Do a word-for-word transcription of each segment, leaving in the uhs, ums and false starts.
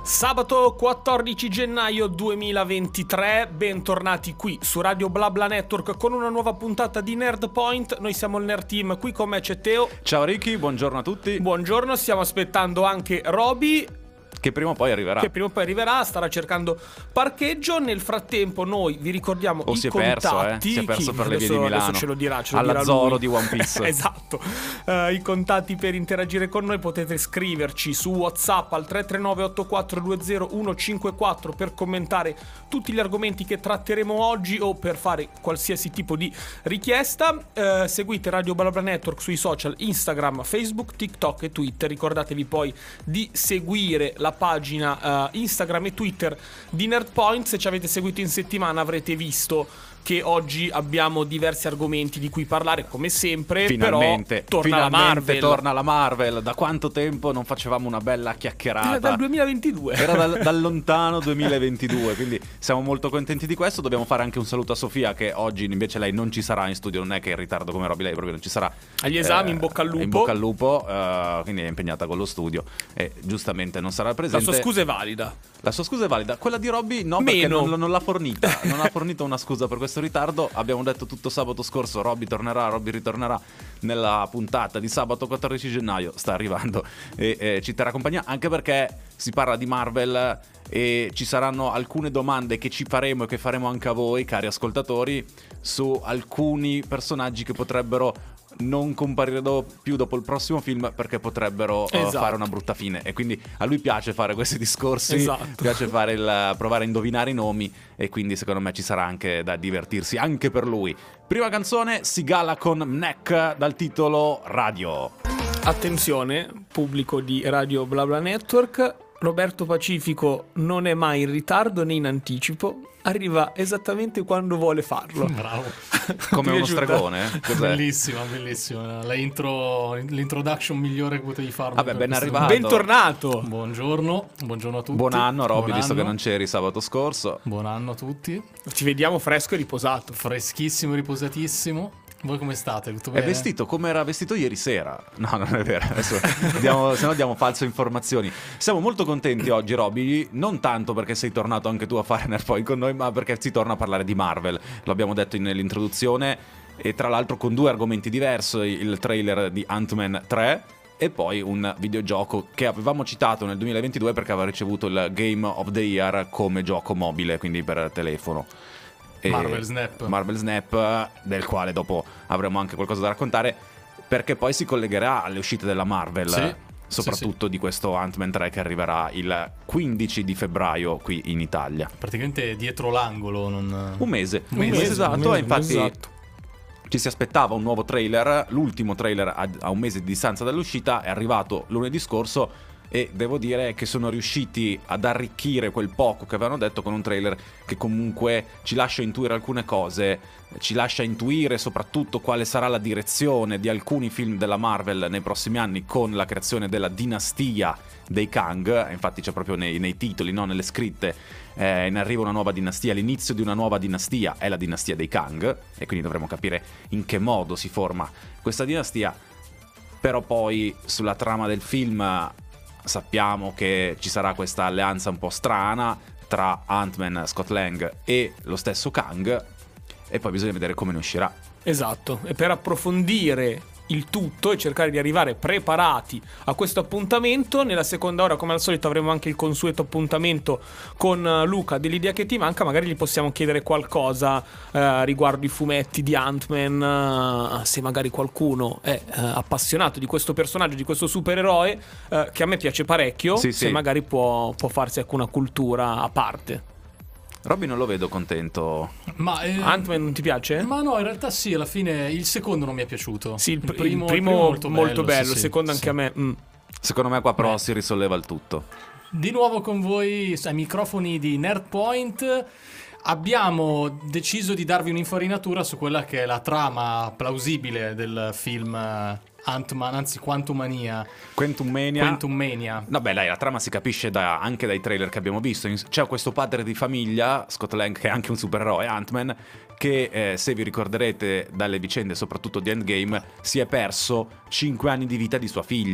Sabato quattordici gennaio duemilaventitré, bentornati qui su Radio BlaBla Network con una nuova puntata di Nerd Point. Noi siamo il Nerd Team, qui con me c'è Teo. Ciao Ricky, buongiorno a tutti. Buongiorno, stiamo aspettando anche Roby, che prima o poi arriverà. Che prima o poi arriverà, starà cercando parcheggio. Nel frattempo noi vi ricordiamo o i si è contatti. perso, eh? Si è perso Chi? per le vie adesso, di Milano. Adesso ce lo dirà, ce lo alla dirà Zoro lui. di One Piece. Esatto. Uh, I contatti per interagire con noi: potete scriverci su WhatsApp al tre tre nove otto quattro due zero uno cinque quattro per commentare tutti gli argomenti che tratteremo oggi o per fare qualsiasi tipo di richiesta. Uh, seguite Radio BlaBla Network sui social Instagram, Facebook, TikTok e Twitter. Ricordatevi poi di seguire la pagina uh, Instagram e Twitter di Nerdpoint. Se ci avete seguito in settimana avrete visto che oggi abbiamo diversi argomenti di cui parlare, come sempre. Finalmente, però torna finalmente la Marvel. torna la Marvel. Da quanto tempo non facevamo una bella chiacchierata? Era dal duemilaventidue. Era dal, dal lontano duemilaventidue, quindi siamo molto contenti di questo. Dobbiamo fare anche un saluto a Sofia, che oggi invece lei non ci sarà in studio. Non è che è in ritardo come Robby, lei proprio non ci sarà. Agli esami, eh, in bocca al lupo. In bocca al lupo, uh, quindi è impegnata con lo studio e giustamente non sarà presente. La sua scusa è valida. La sua scusa è valida. Quella di Robby no, perché Meno. non, non l'ha fornita. Non ha fornito una scusa per questo ritardo. Abbiamo detto tutto sabato scorso: Robby tornerà, Robby ritornerà nella puntata di sabato quattordici gennaio. Sta arrivando e eh, ci terrà compagnia, anche perché si parla di Marvel e ci saranno alcune domande che ci faremo e che faremo anche a voi, cari ascoltatori, su alcuni personaggi che potrebbero non comparire do- più dopo il prossimo film, perché potrebbero uh, esatto. fare una brutta fine. E quindi a lui piace fare questi discorsi, esatto. piace fare il provare a indovinare i nomi, e quindi secondo me ci sarà anche da divertirsi anche per lui. Prima canzone, Sigala con Mnek, dal titolo Radio. Attenzione, pubblico di Radio BlaBla Network, Roberto Pacifico non è mai in ritardo né in anticipo, arriva esattamente quando vuole farlo. Bravo. Come uno stregone. Cos'è? Bellissima, bellissima. La intro, l'introduction migliore che potevi fare. Vabbè, ben arrivato. Bentornato. Buongiorno, buongiorno a tutti. Buon anno Robby, Buon visto anno. che non c'eri sabato scorso. Buon anno a tutti. Ci vediamo fresco e riposato. Freschissimo, riposatissimo. Voi come state? Tutto È bene? vestito come era vestito ieri sera. No, non è vero. Adesso diamo, se no diamo false informazioni. Siamo molto contenti oggi, Robby. Non tanto perché sei tornato anche tu a fare Nerdpoint con noi, ma perché si torna a parlare di Marvel. Lo abbiamo detto nell'introduzione. E tra l'altro con due argomenti diversi: il trailer di Ant-Man tre e poi un videogioco che avevamo citato nel duemilaventidue perché aveva ricevuto il Game of the Year come gioco mobile, quindi per telefono. E Marvel Snap. Marvel Snap, del quale dopo avremo anche qualcosa da raccontare, perché poi si collegherà alle uscite della Marvel, sì, soprattutto sì, sì. di questo Ant-Man tre che arriverà il quindici di febbraio qui in Italia. Praticamente dietro l'angolo. Non... Un mese, un Un mese, mese, esatto, un mese, e infatti esatto. ci si aspettava un nuovo trailer. L'ultimo trailer a, a un mese di distanza dall'uscita è arrivato lunedì scorso, e devo dire che sono riusciti ad arricchire quel poco che avevano detto con un trailer che comunque ci lascia intuire alcune cose, ci lascia intuire soprattutto quale sarà la direzione di alcuni film della Marvel nei prossimi anni, con la creazione della dinastia dei Kang. Infatti c'è proprio nei, nei titoli, no? Nelle scritte, eh, in arrivo una nuova dinastia, l'inizio di una nuova dinastia è la dinastia dei Kang, e quindi dovremo capire in che modo si forma questa dinastia. Però poi sulla trama del film sappiamo che ci sarà questa alleanza un po' strana tra Ant-Man, Scott Lang e lo stesso Kang, e poi bisogna vedere come ne uscirà. Esatto, e per approfondire il tutto e cercare di arrivare preparati a questo appuntamento, nella seconda ora come al solito avremo anche il consueto appuntamento con Luca dell'idea che ti manca. Magari gli possiamo chiedere qualcosa eh, riguardo i fumetti di Ant-Man, eh, se magari qualcuno è eh, appassionato di questo personaggio, di questo supereroe, eh, che a me piace parecchio, sì, se sì. magari può, può farsi alcuna cultura a parte. Robby non lo vedo contento. Ma eh, Ant-Man non ti piace? Ma no, in realtà sì, alla fine il secondo non mi è piaciuto. Sì, il, il primo, primo, il primo il primo molto, molto bello, sì, il secondo sì, anche sì. a me. Mm. Secondo me qua però Beh. si risolleva il tutto. Di nuovo con voi ai microfoni di Nerdpoint. Abbiamo deciso di darvi un'infarinatura su quella che è la trama plausibile del film Ant-Man, anzi Quantumania. Quantum Mania. Quantum Mania. Vabbè dai, la trama si capisce da, anche dai trailer che abbiamo visto. C'è questo padre di famiglia, Scott Lang, che è anche un supereroe, Ant-Man, che eh, se vi ricorderete dalle vicende soprattutto di Endgame, si è perso cinque anni di vita di sua figlia.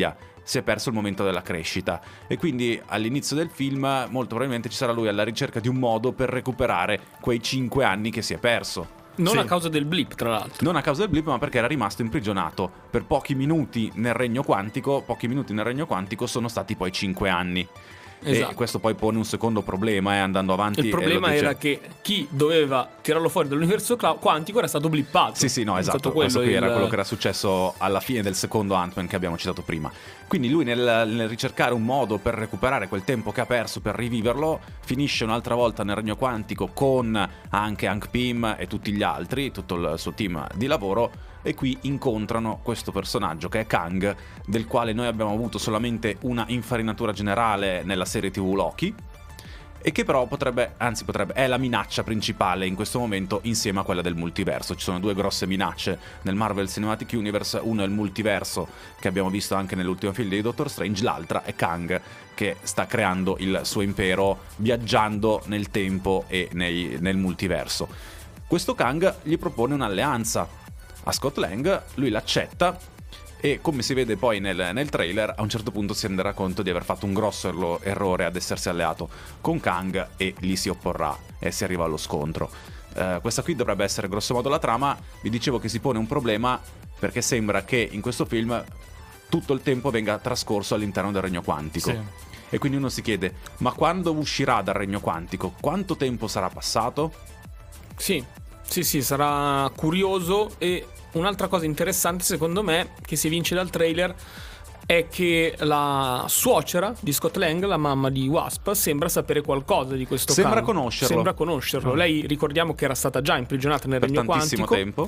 si è perso il momento della crescita, e quindi all'inizio del film molto probabilmente ci sarà lui alla ricerca di un modo per recuperare quei cinque anni che si è perso. Non Sì. a causa del blip, tra l'altro. Non a causa del blip, ma perché era rimasto imprigionato per pochi minuti nel regno quantico. Pochi minuti nel regno quantico sono stati poi cinque anni. Esatto. E questo poi pone un secondo problema, eh, andando avanti. Il problema e lo dice- era che chi doveva tirarlo fuori dall'universo cla- quantico era stato blippato. Sì, sì, no, È esatto. stato Questo qui quello era il- quello che era successo alla fine del secondo Ant-Man che abbiamo citato prima. Quindi lui nel, nel ricercare un modo per recuperare quel tempo che ha perso, per riviverlo, finisce un'altra volta nel regno quantico con anche Hank Pym e tutti gli altri, tutto il suo team di lavoro, e qui incontrano questo personaggio che è Kang, del quale noi abbiamo avuto solamente una infarinatura generale nella serie tivù Loki, e che però potrebbe, anzi potrebbe, è la minaccia principale in questo momento insieme a quella del multiverso. Ci sono due grosse minacce nel Marvel Cinematic Universe, uno è il multiverso che abbiamo visto anche nell'ultimo film di Doctor Strange, l'altra è Kang che sta creando il suo impero viaggiando nel tempo e nei, nel multiverso. Questo Kang gli propone un'alleanza a Scott Lang, lui l'accetta, e come si vede poi nel, nel trailer, a un certo punto si renderà conto di aver fatto un grosso erro- errore ad essersi alleato con Kang e gli si opporrà e si arriva allo scontro. Uh, questa qui dovrebbe essere grosso modo la trama. Vi dicevo che si pone un problema perché sembra che in questo film tutto il tempo venga trascorso all'interno del regno quantico. Sì. E quindi uno si chiede, ma quando uscirà dal regno quantico? Quanto tempo sarà passato? Sì, sì, sì, sarà curioso. E un'altra cosa interessante secondo me che si evince dal trailer è che la suocera di Scott Lang, la mamma di Wasp, sembra sapere qualcosa di questo Sembra Kang. conoscerlo. Sembra conoscerlo. Mm. Lei, ricordiamo che era stata già imprigionata nel Per regno tantissimo quantico tempo.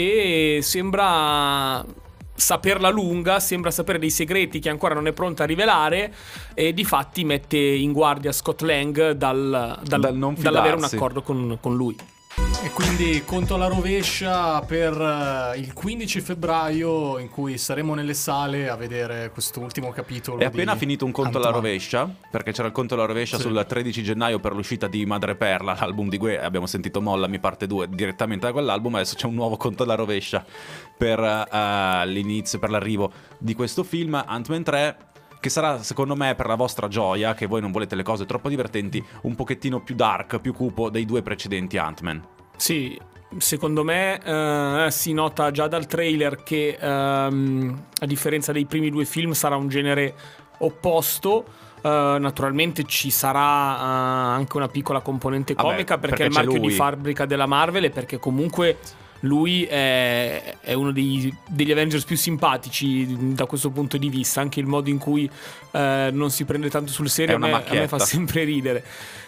e sembra saperla lunga, sembra sapere dei segreti che ancora non è pronta a rivelare, e di fatti mette in guardia Scott Lang dal, dal, Dal non dall'avere un fidarsi. accordo con, con lui. E quindi conto alla rovescia per eh, il quindici febbraio, in cui saremo nelle sale a vedere quest'ultimo capitolo. È appena di finito un conto alla Ant-Man. rovescia, perché c'era il conto alla rovescia Sì. sul tredici gennaio per l'uscita di Madreperla, l'album di Gue, abbiamo sentito Mollami parte due direttamente da quell'album. Adesso c'è un nuovo conto alla rovescia per uh, l'inizio, per l'arrivo di questo film Ant-Man tre, che sarà secondo me, per la vostra gioia, che voi non volete le cose troppo divertenti, un pochettino più dark, più cupo dei due precedenti Ant-Man. Sì, secondo me eh, si nota già dal trailer che ehm, a differenza dei primi due film sarà un genere opposto. Eh, naturalmente ci sarà eh, anche una piccola componente Vabbè, comica perché, perché è il c'è marchio lui. di fabbrica della Marvel, e perché comunque lui è, è uno dei, degli Avengers più simpatici da questo punto di vista. Anche il modo in cui eh, non si prende tanto sul serio È a una me, a me macchietta. fa sempre ridere.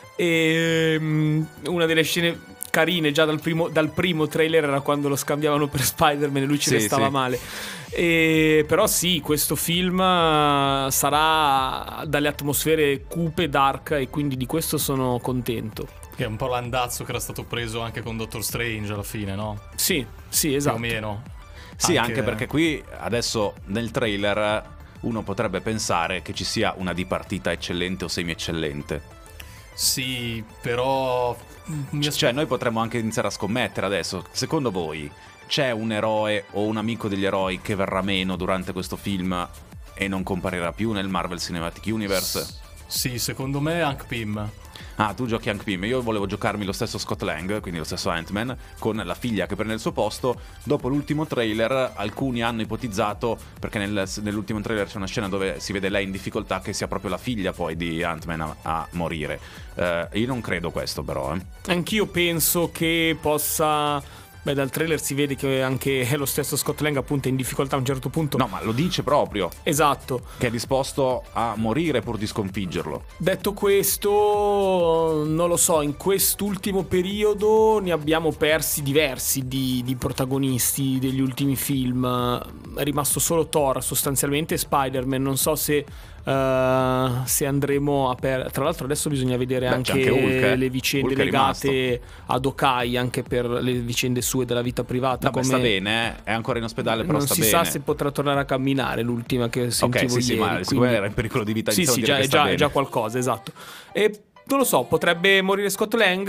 E um, una delle scene carine già dal primo, dal primo trailer era quando lo scambiavano per Spider-Man e lui ci Sì, restava sì. male. E, però sì, questo film eh, sarà dalle atmosfere cupe, dark, e quindi di questo sono contento. Che è un po' l'andazzo che era stato preso anche con Doctor Strange alla fine, no? Sì, sì, esatto. Più o meno. Sì, anche... perché qui adesso nel trailer uno potrebbe pensare che ci sia una dipartita eccellente o semi-eccellente. Sì, però mi aspe- Cioè noi potremmo anche iniziare a scommettere adesso. Secondo voi c'è un eroe o un amico degli eroi che verrà meno durante questo film e non comparirà più nel Marvel Cinematic Universe? Sì, secondo me Hank Pym. Ah, tu giochi Hank Pym. Io volevo giocarmi lo stesso Scott Lang, quindi lo stesso Ant-Man, con la figlia che prende il suo posto. Dopo l'ultimo trailer alcuni hanno ipotizzato, perché nel- nell'ultimo trailer c'è una scena dove si vede lei in difficoltà, che sia proprio la figlia poi di Ant-Man a, a morire. Eh, io non credo questo però, eh. Anch'io penso che possa... Beh, dal trailer si vede che anche lo stesso Scott Lang appunto è in difficoltà a un certo punto. No, ma lo dice proprio, Esatto. che è disposto a morire pur di sconfiggerlo. Detto questo, non lo so, in quest'ultimo periodo ne abbiamo persi diversi di, di protagonisti degli ultimi film. È rimasto solo Thor sostanzialmente e Spider-Man. Non so se, uh, se andremo a per... Tra l'altro adesso bisogna vedere Beh, anche, c'è anche Hulk, eh. le vicende Hulk è legate ad Okai, anche per le vicende sue della vita privata. Vabbè, come... sta bene, eh. È ancora in ospedale, però non sta si bene. sa se potrà tornare a camminare, l'ultima che sentivo Ok, sì, sì, ieri, ma quindi- sicuramente era in pericolo di vita. sì, iniziamo sì, a dire già, che è sta già, è bene. già qualcosa, esatto. E non lo so, potrebbe morire Scott Lang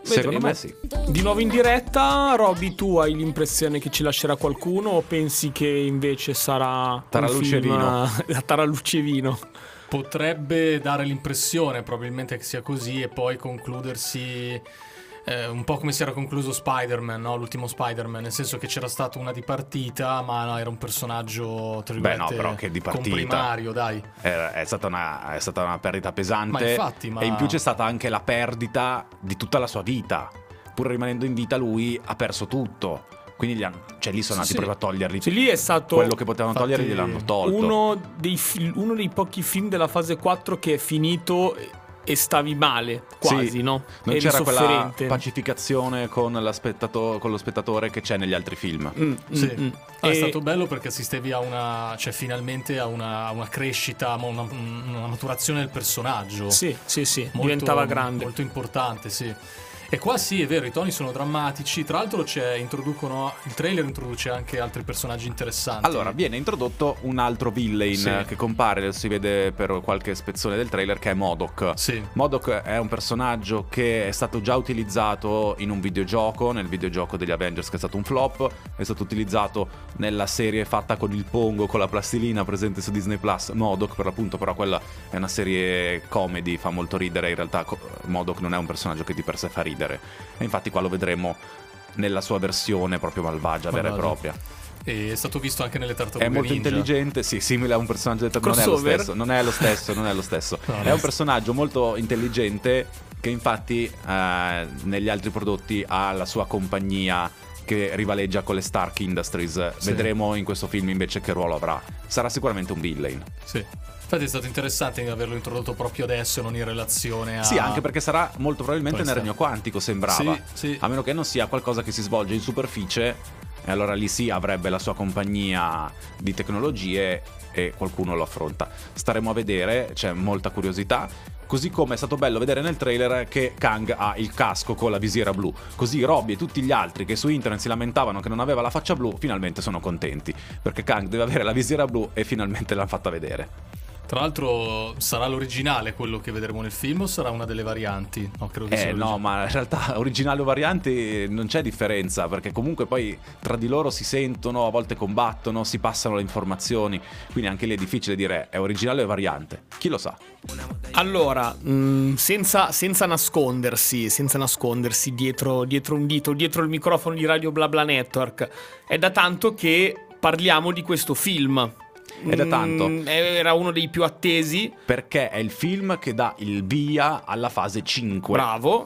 Secondo me sì. Di nuovo in diretta, Roby, tu hai l'impressione che ci lascerà qualcuno o pensi che invece sarà Taraluce e vino? La Taraluce e vino. Potrebbe dare l'impressione probabilmente che sia così e poi concludersi eh, un po' come si era concluso Spider-Man, no? L'ultimo Spider-Man, nel senso che c'era stata una di partita, ma no, era un personaggio tra Beh no, virgolette, però che di partita comprimario, dai. È, è, stata una, è stata una perdita pesante. Ma infatti, ma... E in più c'è stata anche la perdita di tutta la sua vita. Pur rimanendo in vita lui ha perso tutto. Quindi gli hanno, cioè lì sono andati sì, proprio a togliergli sì, lì è stato quello che potevano infatti, togliere, gliel'hanno tolto. Uno dei, fi- uno dei pochi film della fase quattro che è finito e stavi male, quasi, sì, no? Non Eri c'era quella sofferente. pacificazione con, la spettato- con lo spettatore che c'è negli altri film. Mm, Sì. mm, mm. Ah, è E- stato bello perché assistevi a una, cioè finalmente a una, a una crescita, a una, una maturazione del personaggio. Sì, sì, sì, Molto- diventava grande. Molto importante, sì. E qua sì, è vero, i toni sono drammatici. Tra l'altro c'è, introducono, il trailer introduce anche altri personaggi interessanti. Allora, viene introdotto un altro villain Sì. che compare, si vede per qualche spezzone del trailer, che è MODOK. Sì. MODOK è un personaggio che è stato già utilizzato in un videogioco, nel videogioco degli Avengers che è stato un flop, è stato utilizzato nella serie fatta con il pongo, con la plastilina presente su Disney Plus, MODOK per l'appunto, però quella è una serie comedy, fa molto ridere, in realtà MODOK non è un personaggio che di per sé fa ridere. E infatti qua lo vedremo nella sua versione proprio malvagia, vera e Malvagia. propria. E è stato visto anche nelle Tartarughe È molto Ninja. intelligente, sì, simile a un personaggio del non è lo Crossover? stesso, non è lo stesso, non è lo stesso. No, È un personaggio molto intelligente che infatti eh, negli altri prodotti ha la sua compagnia che rivaleggia con le Stark Industries. Sì. Vedremo in questo film invece che ruolo avrà. Sarà sicuramente un villain. Sì. Infatti è stato interessante averlo introdotto proprio adesso e non in relazione a... Sì, anche perché sarà molto probabilmente Tony nel Stark. regno quantico, sembrava. Sì, sì. A meno che non sia qualcosa che si svolge in superficie, e allora lì sì avrebbe la sua compagnia di tecnologie e qualcuno lo affronta. Staremo a vedere, c'è molta curiosità. Così come è stato bello vedere nel trailer che Kang ha il casco con la visiera blu. Così Robbie e tutti gli altri che su internet si lamentavano che non aveva la faccia blu, finalmente sono contenti. Perché Kang deve avere la visiera blu e finalmente l'hanno fatta vedere. Tra l'altro sarà l'originale quello che vedremo nel film o sarà una delle varianti? No, credo che sia Eh no, l'originale. ma in realtà originale o varianti non c'è differenza, perché comunque poi tra di loro si sentono, a volte combattono, si passano le informazioni, quindi anche lì è difficile dire è originale o variante. Chi lo sa? Allora, mh, senza, senza nascondersi, senza nascondersi dietro, dietro un dito, dietro il microfono di Radio BlaBla Network, è da tanto che parliamo di questo film. È da tanto. Mm, era uno dei più attesi. Perché è il film che dà il via alla fase cinque. Bravo.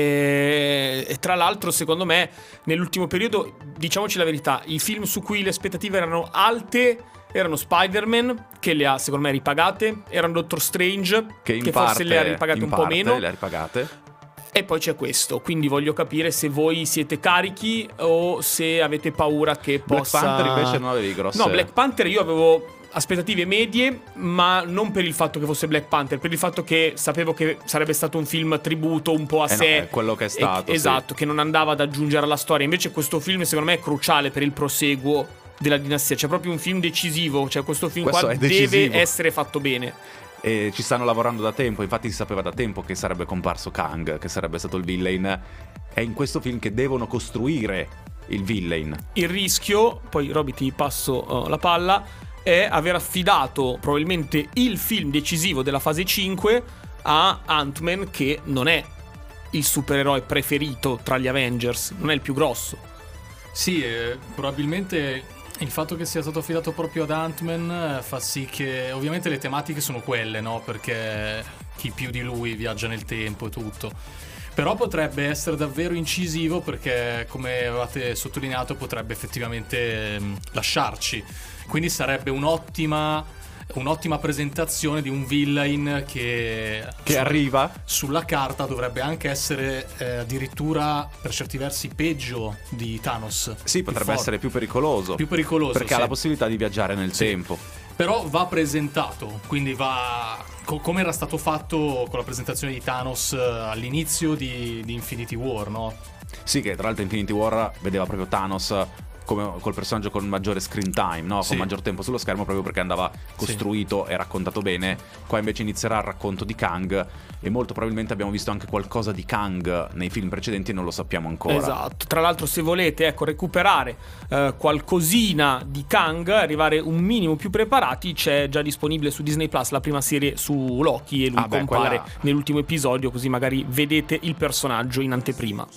E, e tra l'altro, secondo me, nell'ultimo periodo, diciamoci la verità, i film su cui le aspettative erano alte erano Spider-Man, che le ha secondo me ripagate, erano Doctor Strange, Che in che parte, forse le ha ripagate in un po' parte meno. le ha ripagate. E poi c'è questo, quindi voglio capire se voi siete carichi o se avete paura che Black possa... Panther invece non avevi grosse... No, Black Panther io avevo aspettative medie, ma non per il fatto che fosse Black Panther, per il fatto che sapevo che sarebbe stato un film tributo un po' a Eh no, sé. è quello che è E- stato, sì. esatto, che non andava ad aggiungere alla storia. Invece questo film secondo me è cruciale per il proseguo della dinastia. C'è proprio un film decisivo, cioè questo film Questo qua è deve decisivo. essere fatto bene. E ci stanno lavorando da tempo, infatti si sapeva da tempo che sarebbe comparso Kang, che sarebbe stato il villain. È in questo film che devono costruire il villain. Il rischio, poi Roby ti passo uh, la palla, è aver affidato probabilmente il film decisivo della fase cinque a Ant-Man, che non è il supereroe preferito tra gli Avengers, non è il più grosso. Sì, eh, probabilmente il fatto che sia stato affidato proprio ad Ant-Man eh, fa sì che ovviamente le tematiche sono quelle, no? Perché chi più di lui viaggia nel tempo e tutto. Però potrebbe essere davvero incisivo perché, come avevate sottolineato, potrebbe effettivamente ehm, lasciarci. Quindi sarebbe un'ottima un'ottima presentazione di un villain che Che su- arriva. sulla carta dovrebbe anche essere eh, addirittura per certi versi peggio di Thanos. Sì, Più potrebbe forte, essere più pericoloso. più pericoloso, Perché sì. ha la possibilità di viaggiare nel Sì. tempo. Però va presentato, quindi va co- come era stato fatto con la presentazione di Thanos eh, all'inizio di, di Infinity War, no? Sì, che tra l'altro Infinity War vedeva proprio Thanos come col personaggio con maggiore screen time, no? Sì. Con maggior tempo sullo schermo, proprio perché andava costruito sì. e raccontato bene. Qua invece inizierà il racconto di Kang, e molto probabilmente abbiamo visto anche qualcosa di Kang nei film precedenti e non lo sappiamo ancora. Esatto. Tra l'altro, se volete ecco recuperare eh, qualcosina di Kang, arrivare un minimo più preparati, c'è già disponibile su Disney Plus la prima serie su Loki, e lui ah beh, compare quella... nell'ultimo episodio, così magari vedete il personaggio in anteprima.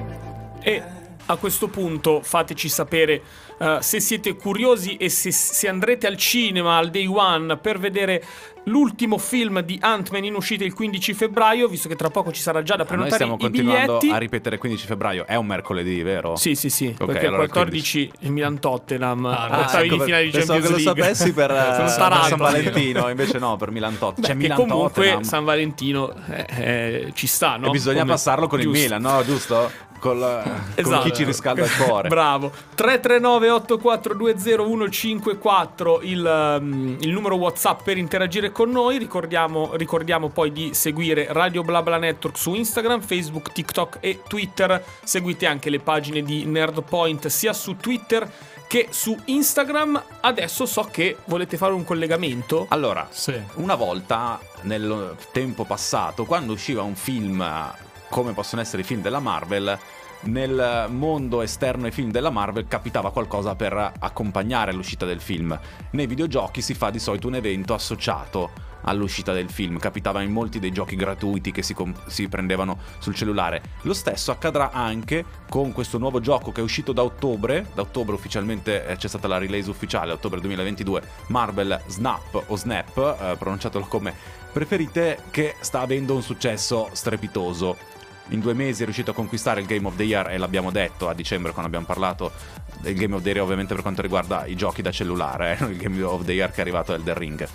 E a questo punto fateci sapere uh, se siete curiosi e se, se andrete al cinema al day one per vedere l'ultimo film di Ant-Man in uscita il quindici febbraio, visto che tra poco ci sarà già da prenotare i biglietti. Noi stiamo continuando a ripetere quindici febbraio, è un mercoledì, vero? Sì, sì, sì, okay, perché allora il quattordici il Milan-Tottenham, ah, ottavi ecco, di finale di Champions League. Pensavo che lo sapessi per, per San Valentino, invece no, per Milan-Tottenham. Cioè, Milan comunque San Valentino eh, eh, ci sta, no? E bisogna Come... passarlo con giusto. il Milan, no? Giusto? Col, esatto. Con chi ci riscalda il cuore. Bravo. Tre tre nove otto quattro due zero uno cinque quattro il, um, il numero WhatsApp per interagire con noi. Ricordiamo, ricordiamo poi di seguire Radio BlaBla Network su Instagram, Facebook, TikTok e Twitter. Seguite anche le pagine di Nerdpoint sia su Twitter che su Instagram. Adesso so che volete fare un collegamento. Allora, sì. una volta nel tempo passato, quando usciva un film come possono essere i film della Marvel, nel mondo esterno ai film della Marvel capitava qualcosa per accompagnare l'uscita del film. Nei videogiochi si fa di solito un evento associato all'uscita del film. Capitava in molti dei giochi gratuiti che si, comp- si prendevano sul cellulare. Lo stesso accadrà anche con questo nuovo gioco che è uscito da ottobre. Da ottobre ufficialmente eh, c'è stata la release ufficiale, ottobre duemilaventidue, Marvel Snap o Snap, eh, pronunciatelo come preferite, che sta avendo un successo strepitoso. In due mesi è riuscito a conquistare il Game of the Year, e l'abbiamo detto a dicembre quando abbiamo parlato del Game of the Year, ovviamente per quanto riguarda i giochi da cellulare, eh? Il Game of the Year che è arrivato a Elden Ring.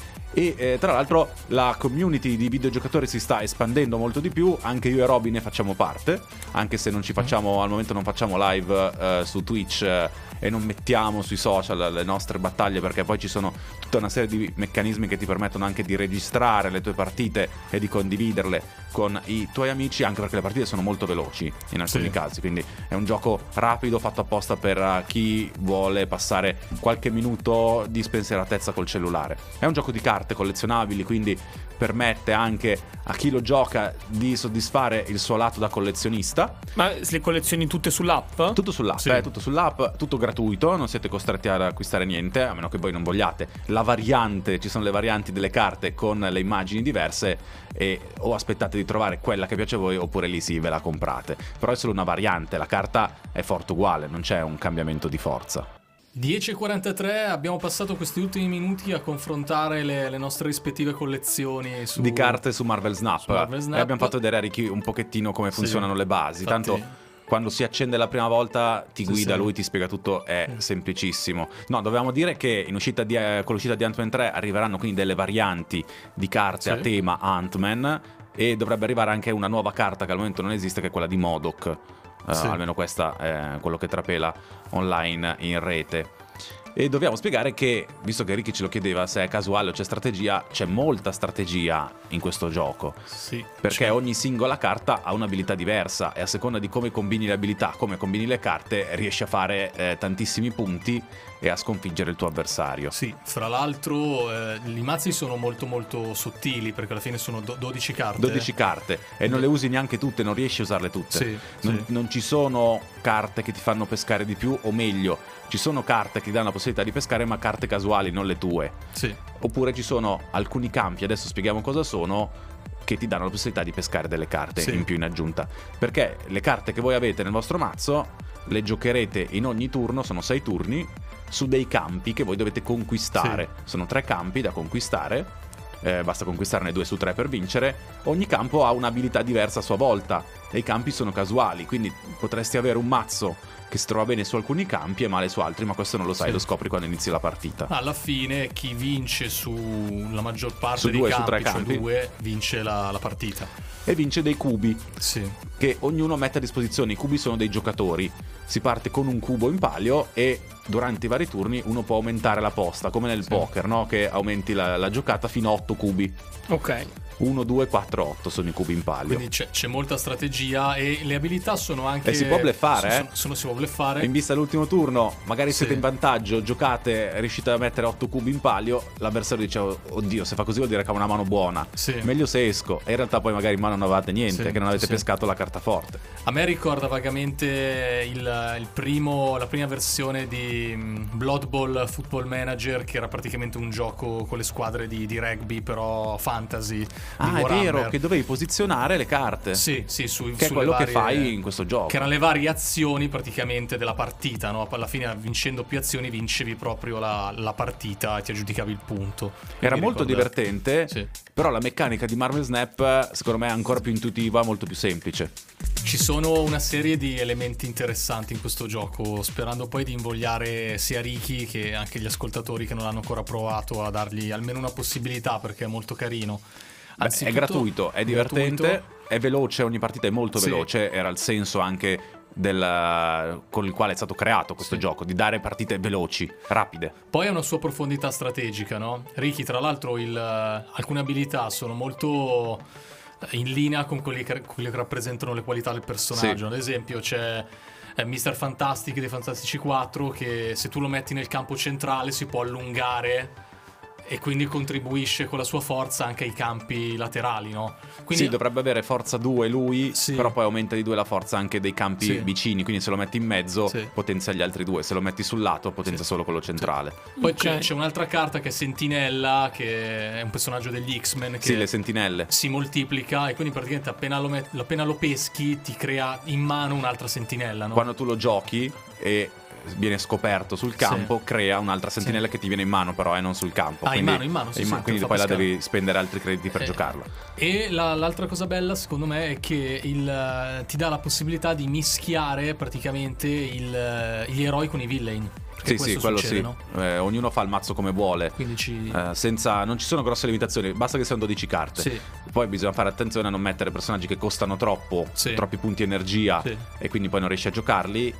E eh, tra l'altro la community di videogiocatori si sta espandendo molto di più. Anche io e Roby ne facciamo parte, anche se non ci facciamo, al momento non facciamo live eh, su Twitch eh, e non mettiamo sui social le nostre battaglie, perché poi ci sono tutta una serie di meccanismi che ti permettono anche di registrare le tue partite e di condividerle con i tuoi amici, anche perché le partite sono molto veloci in alcuni sì. casi, quindi è un gioco rapido fatto apposta per chi vuole passare qualche minuto di spensieratezza col cellulare. È un gioco di carte collezionabili, quindi permette anche a chi lo gioca di soddisfare il suo lato da collezionista. Ma le collezioni tutte sull'app? Tutto sull'app, sì. eh, tutto sull'app, tutto gratuito, non siete costretti ad acquistare niente, a meno che voi non vogliate la variante. Ci sono le varianti delle carte con le immagini diverse, e o aspettate di trovare quella che piace a voi, oppure lì sì, ve la comprate. Però è solo una variante, la carta è forte uguale, non c'è un cambiamento di forza. dieci e quarantatré, abbiamo passato questi ultimi minuti a confrontare le, le nostre rispettive collezioni su... di carte su Marvel Snap, su Marvel Snap. E abbiamo fatto vedere a Ricky un pochettino come funzionano sì, le basi. infatti... Tanto quando si accende la prima volta ti guida, sì, lui ti spiega tutto, è sì. semplicissimo. No, dovevamo dire che in uscita di, eh, con l'uscita di Ant-Man tre arriveranno quindi delle varianti di carte sì. a tema Ant-Man, e dovrebbe arrivare anche una nuova carta che al momento non esiste, che è quella di MODOK. Uh, sì. Almeno questa è quello che trapela online in rete. E dobbiamo spiegare che, visto che Ricky ce lo chiedeva se è casuale o c'è strategia, c'è molta strategia in questo gioco. Sì, perché c'è. ogni singola carta ha un'abilità diversa, e a seconda di come combini le abilità, come combini le carte, riesci a fare eh, tantissimi punti e a sconfiggere il tuo avversario. Sì, fra l'altro eh, i mazzi sono molto molto sottili, perché alla fine sono do- dodici carte. dodici carte, e non le usi neanche tutte, non riesci a usarle tutte. Sì, non, sì. non ci sono carte che ti fanno pescare di più, o meglio, ci sono carte che ti danno la possibilità di pescare, ma carte casuali, non le tue. Sì. Oppure ci sono alcuni campi, adesso spieghiamo cosa sono, che ti danno la possibilità di pescare delle carte sì. in più in aggiunta. Perché le carte che voi avete nel vostro mazzo le giocherete in ogni turno, sono sei turni, su dei campi che voi dovete conquistare. Sì. Sono tre campi da conquistare, eh, basta conquistarne due su tre per vincere. Ogni campo ha un'abilità diversa a sua volta, e i campi sono casuali, quindi potresti avere un mazzo che si trova bene su alcuni campi e male su altri, ma questo non lo sai, sì. lo scopri quando inizi la partita. Alla fine chi vince sulla maggior parte su dei due, campi, su tre campi, cioè due, vince la, la partita. E vince dei cubi, sì. che ognuno mette a disposizione. I cubi sono dei giocatori. Si parte con un cubo in palio, e durante i vari turni uno può aumentare la posta, come nel sì. poker, no? Che aumenti la, la giocata fino a otto cubi. Ok. uno, due, quattro, otto sono i cubi in palio. Quindi c'è, c'è molta strategia e le abilità sono anche... E si può bluffare, sono, eh? sono, sono, si può bluffare. In vista dell'ultimo turno, magari Sì. siete in vantaggio, giocate, riuscite a mettere otto cubi in palio, l'avversario dice oddio, se fa così vuol dire che ha una mano buona, Sì. meglio se esco, e in realtà poi magari in mano non avete niente, Sì, che non avete sì. pescato la carta forte. A me ricorda vagamente il, il primo, la prima versione di mm, Blood Bowl Football Manager, che era praticamente un gioco con le squadre di, di rugby, però fantasy. Di Ah, è Warhammer. vero, che dovevi posizionare le carte. Sì, sì, su, Che è sulle quello varie- che fai in questo gioco. Che erano le varie azioni praticamente della partita, no? Alla fine, vincendo più azioni, vincevi proprio la, la partita e ti aggiudicavi il punto. Era Quindi molto ricorda- divertente, Sì. però la meccanica di Marvel Snap secondo me è ancora più intuitiva, molto più semplice. Ci sono una serie di elementi interessanti in questo gioco, sperando poi di invogliare sia Ricky che anche gli ascoltatori che non l'hanno ancora provato a dargli almeno una possibilità, perché è molto carino. Beh, è Anzitutto- gratuito, è divertente, gratuito. è veloce, ogni partita è molto Sì. veloce, era il senso anche del, con il quale è stato creato questo Sì. gioco, di dare partite veloci, rapide. Poi ha una sua profondità strategica, no? Ricky, tra l'altro, il, alcune abilità sono molto in linea con quelli che, quelli che rappresentano le qualità del personaggio. Sì. Ad esempio c'è eh, mister Fantastic dei Fantastici quattro, che se tu lo metti nel campo centrale si può allungare e quindi contribuisce con la sua forza anche ai campi laterali, no? Quindi Sì, dovrebbe avere forza due lui, Sì. però poi aumenta di due la forza anche dei campi Sì. vicini, quindi se lo metti in mezzo Sì. potenzia gli altri due, se lo metti sul lato potenzia Sì. solo quello centrale. poi Ok. c'è, c'è un'altra carta che è Sentinella, che è un personaggio degli X-Men che Sì, le sentinelle. si moltiplica, e quindi praticamente appena lo, met- appena lo peschi ti crea in mano un'altra sentinella, no? Quando tu lo giochi e viene scoperto sul campo, Sì. crea un'altra sentinella Sì. che ti viene in mano, però è non sul campo. Ah, in quindi, mano, in mano, sì, sì, te lo quindi fa poi la pescare. devi spendere altri crediti per Eh, giocarlo. E la- l'altra cosa bella secondo me è che il, eh, ti dà la possibilità di mischiare praticamente il, eh, gli eroi con i villain. Perché Sì, sì, questo quello succede, sì. no? Eh, ognuno fa il mazzo come vuole. Quindi ci... Eh, senza, non ci sono grosse limitazioni, basta che siano dodici carte. Sì. Poi bisogna fare attenzione a non mettere personaggi che costano troppo, Sì. troppi punti energia, Sì. e quindi poi non riesci a giocarli.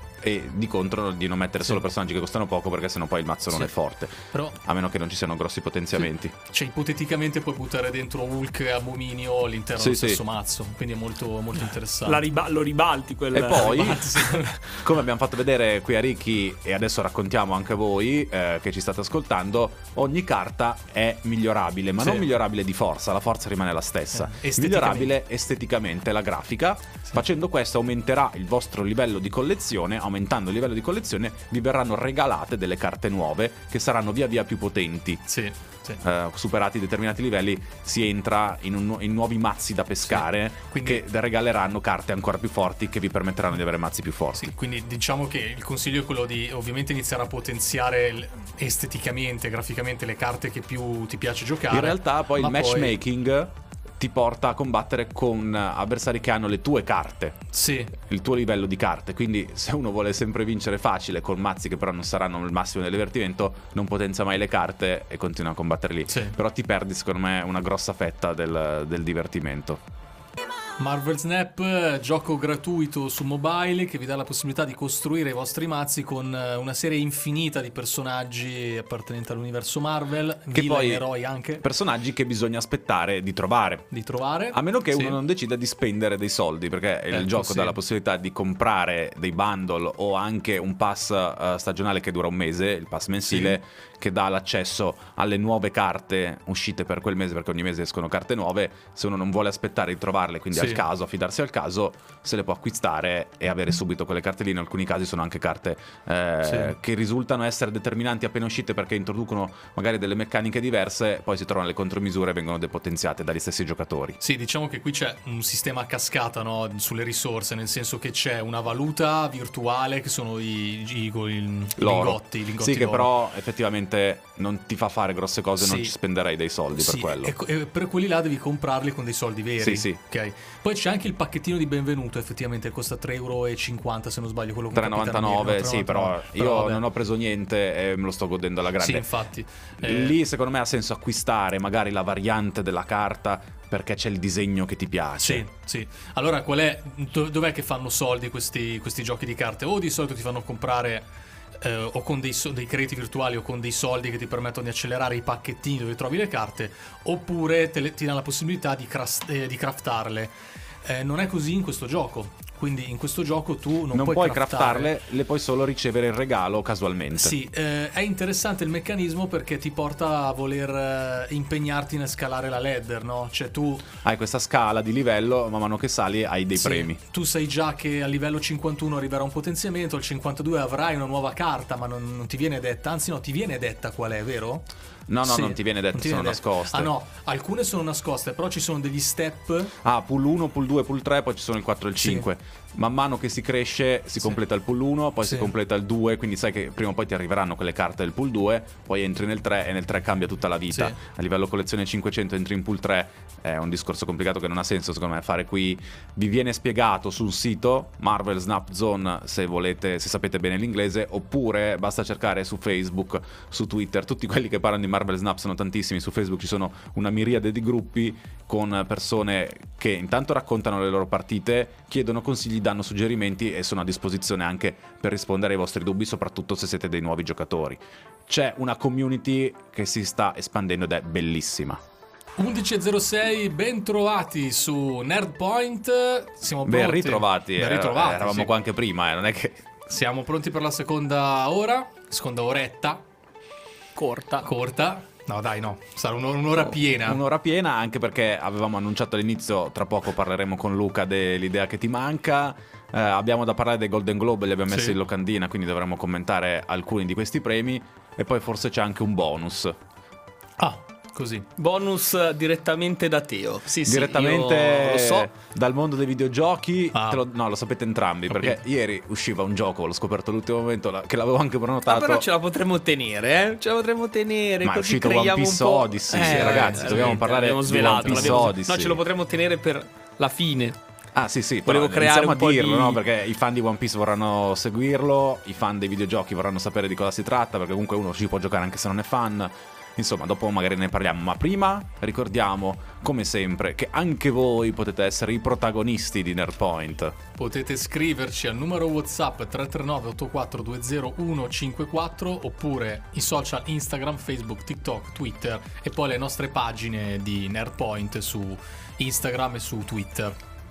E di contro di non mettere Sì. solo personaggi che costano poco, perché sennò poi il mazzo non Sì. è forte. Però A meno che non ci siano grossi potenziamenti. cioè, ipoteticamente puoi buttare dentro Hulk e Abominio all'interno Sì, del sì. stesso mazzo. Quindi è molto, molto interessante. La riba- lo ribalti quel E poi, ribalti, sì. come abbiamo fatto vedere qui a Ricky, e adesso raccontiamo anche a voi eh, che ci state ascoltando, ogni carta è migliorabile, ma Sì. non migliorabile di forza, la forza rimane la stessa. Eh, esteticamente. Migliorabile esteticamente, la grafica. Facendo questo aumenterà il vostro livello di collezione, aumentando il livello di collezione vi verranno regalate delle carte nuove che saranno via via più potenti. Sì, sì. Eh, superati determinati livelli si entra in, un nu- in nuovi mazzi da pescare, Quindi- che regaleranno carte ancora più forti che vi permetteranno di avere mazzi più forti. Sì, quindi diciamo che il consiglio è quello di ovviamente iniziare a potenziare l- esteticamente, graficamente le carte che più ti piace giocare. In realtà poi ma il matchmaking ti porta a combattere con avversari che hanno le tue carte, Sì, il tuo livello di carte. Quindi se uno vuole sempre vincere facile con mazzi che però non saranno il massimo del divertimento, non potenzia mai le carte e continua a combattere lì. Sì. Però ti perdi secondo me una grossa fetta del, del divertimento. Marvel Snap, gioco gratuito su mobile che vi dà la possibilità di costruire i vostri mazzi con eh, una serie infinita di personaggi appartenenti all'universo Marvel, Che villain, poi eroi anche, personaggi che bisogna aspettare di trovare. di trovare. A meno che Sì. uno non decida di spendere dei soldi, perché il Ecco, gioco sì. dà la possibilità di comprare dei bundle o anche un pass eh, stagionale che dura un mese, il pass mensile, che dà l'accesso alle nuove carte uscite per quel mese, perché ogni mese escono carte nuove. Se uno non vuole aspettare di trovarle, quindi Sì. al caso, affidarsi al caso, se le può acquistare e avere subito quelle carte lì. In alcuni casi sono anche carte eh, Sì. che risultano essere determinanti appena uscite, perché introducono magari delle meccaniche diverse, poi si trovano le contromisure e vengono depotenziate dagli stessi giocatori. Sì, diciamo che qui c'è un sistema a cascata, no, sulle risorse, nel senso che c'è una valuta virtuale che sono i, i, i, i L'oro. lingotti, i lingotti Sì, che d'oro. però effettivamente non ti fa fare grosse cose, non Sì. ci spenderei dei soldi Sì, per quello. e, e per quelli là devi comprarli con dei soldi veri. Sì, sì. Ok. Poi c'è anche il pacchettino di benvenuto, effettivamente costa tre e cinquanta euro se non sbaglio, quello con tre e Capitan novantanove, America, sì, però io però vabbè. non ho preso niente e me lo sto godendo alla grande. Sì, infatti. Eh, Lì secondo me ha senso acquistare magari la variante della carta perché c'è il disegno che ti piace. Sì, sì. Allora, qual è, do- dov'è che fanno soldi questi, questi giochi di carte? O di solito ti fanno comprare eh, o con dei, so- dei crediti virtuali o con dei soldi che ti permettono di accelerare i pacchettini dove trovi le carte, oppure te le, ti dà la possibilità di, cras- eh, di craftarle. Eh, non è così in questo gioco. Quindi in questo gioco tu non, non puoi, puoi craftare. craftarle, le puoi solo ricevere in regalo casualmente. Sì, eh, è interessante il meccanismo perché ti porta a voler eh, impegnarti nel scalare la ladder, no? Cioè tu Hai questa scala di livello, man mano che sali hai dei sì, premi. tu sai già che a livello cinquantuno arriverà un potenziamento, al cinquantadue avrai una nuova carta, ma non, non ti viene detta, anzi no, ti viene detta qual è, vero? No, no, Sì, non ti viene detto, non ti sono viene detto. nascoste. Ah no, alcune sono nascoste, però ci sono degli step. Ah, pool uno, pool due, pool tre, poi ci sono il quattro e il Sì. cinque. Man mano che si cresce si Sì. completa il pool uno, poi Sì. si completa il due, quindi sai che prima o poi ti arriveranno quelle carte del pool due, poi entri nel tre e nel tre cambia tutta la vita. Sì. A livello collezione cinquecento entri in pool tre, è un discorso complicato che non ha senso secondo me fare qui. Vi viene spiegato sul sito Marvel Snap Zone se volete, se sapete bene l'inglese, oppure basta cercare su Facebook, su Twitter, tutti quelli che parlano di Marvel Snap sono tantissimi, su Facebook ci sono una miriade di gruppi con persone che intanto raccontano le loro partite, chiedono consigli, danno suggerimenti e sono a disposizione anche per rispondere ai vostri dubbi, soprattutto se siete dei nuovi giocatori. C'è una community che si sta espandendo ed è bellissima. undici e zero sei, ben trovati su Nerdpoint. Siamo pronti. Ben ritrovati, Ben eh, ritrovati, eravamo sì. qua anche prima, eh, non è che... Siamo pronti per la seconda ora, seconda oretta, Corta. corta. No dai, no, sarà un'ora, un'ora piena. Un'ora piena, anche perché avevamo annunciato all'inizio, tra poco parleremo con Luca dell'idea che ti manca. Eh, abbiamo da parlare dei Golden Globe, li abbiamo messi Sì. in locandina, quindi dovremo commentare alcuni di questi premi. E poi forse c'è anche un bonus. Ah, così. Bonus direttamente da Teo. Sì, sì, Direttamente io lo so. dal mondo dei videogiochi. Ah. Te lo- no, lo sapete entrambi, Capito. perché ieri usciva un gioco, l'ho scoperto all'ultimo momento, la- che l'avevo anche prenotato. Ah, però ce la potremmo tenere, eh? Ce la potremmo tenere. Ma è così uscito One creiamo Piece un po'. Odyssey, sì, ragazzi, dobbiamo veramente, parlare l'abbiamo di svelato, One Piece l'abbiamo- Odyssey. No, ce lo potremmo tenere per la fine. Ah sì sì, Volevo però creare iniziamo un po' a dirlo, di- no? Perché i fan di One Piece vorranno seguirlo, i fan dei videogiochi vorranno sapere di cosa si tratta, perché comunque uno ci può giocare anche se non è fan. Insomma, dopo magari ne parliamo, ma prima ricordiamo, come sempre, che anche voi potete essere i protagonisti di Nerdpoint. Potete scriverci al numero WhatsApp tre tre nove otto quattro due zero uno cinque quattro oppure i social Instagram, Facebook, TikTok, Twitter e poi le nostre pagine di Nerdpoint su Instagram e su Twitter.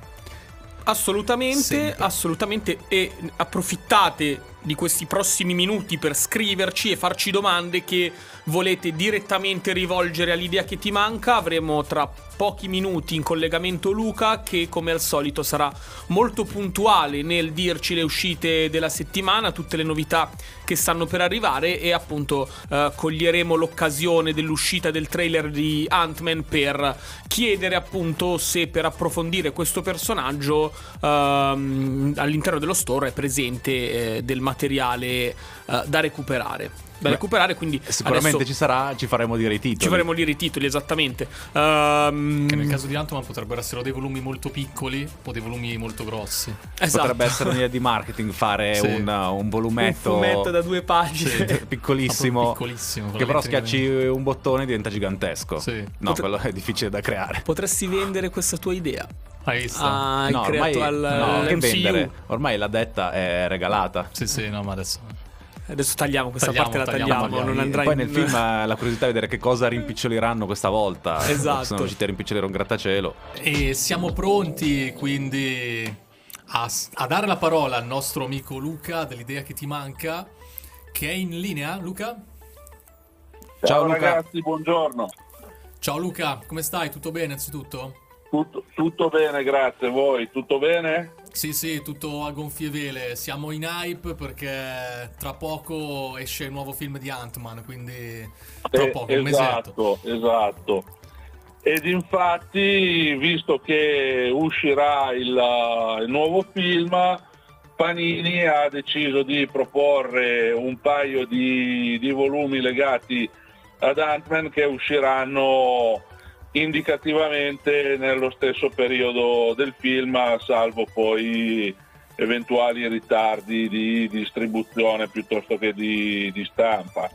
Assolutamente, Sempre. assolutamente. E approfittate di questi prossimi minuti per scriverci e farci domande che volete direttamente rivolgere all'idea che ti manca. Avremo tra pochi minuti in collegamento Luca, che come al solito sarà molto puntuale nel dirci le uscite della settimana, tutte le novità che stanno per arrivare, e appunto eh, coglieremo l'occasione dell'uscita del trailer di Ant-Man per chiedere appunto se per approfondire questo personaggio ehm, all'interno dello store è presente eh, del materiale eh, da recuperare. Da Beh, recuperare, quindi Sicuramente adesso ci sarà, ci faremo dire i titoli. ci faremo dire i titoli, esattamente. Ehm, Che nel caso di Ant-Man potrebbero essere o dei volumi molto piccoli o dei volumi molto grossi. esatto. Potrebbe essere un'idea di marketing fare Sì. un, un un volumetto fumetto da due pagine. Sì. piccolissimo, Ma proprio piccolissimo, che però veramente schiacci un bottone e diventa gigantesco. Sì. No, Potre- quello è difficile da creare. Potresti vendere questa tua idea. Hai visto? Hai no, ormai creato al no, che M C U. vendere. Ormai la detta è regalata. Sì, sì, no, ma adesso... Adesso tagliamo questa Tagliamo, parte, la tagliamo, tagliamo, tagliamo. non andrà Poi in... nel film eh, la curiosità è vedere che cosa rimpiccioliranno questa volta. Esatto. Sono riusciti a rimpicciolire un grattacielo. E siamo pronti quindi a, a dare la parola al nostro amico Luca dell'idea che ti manca, che è in linea. Luca? Ciao, Ciao Luca. ragazzi, buongiorno. Ciao Luca, come stai? Tutto bene innanzitutto? Tutto, tutto bene, grazie. Voi, tutto bene? Sì, sì, tutto a gonfie vele. Siamo in hype perché tra poco esce il nuovo film di Ant-Man, quindi tra Eh, poco, un mesetto. esatto, esatto. Ed infatti, visto che uscirà il, uh, il nuovo film, Panini ha deciso di proporre un paio di, di volumi legati ad Ant-Man che usciranno indicativamente nello stesso periodo del film, salvo poi eventuali ritardi di distribuzione piuttosto che di, di stampa.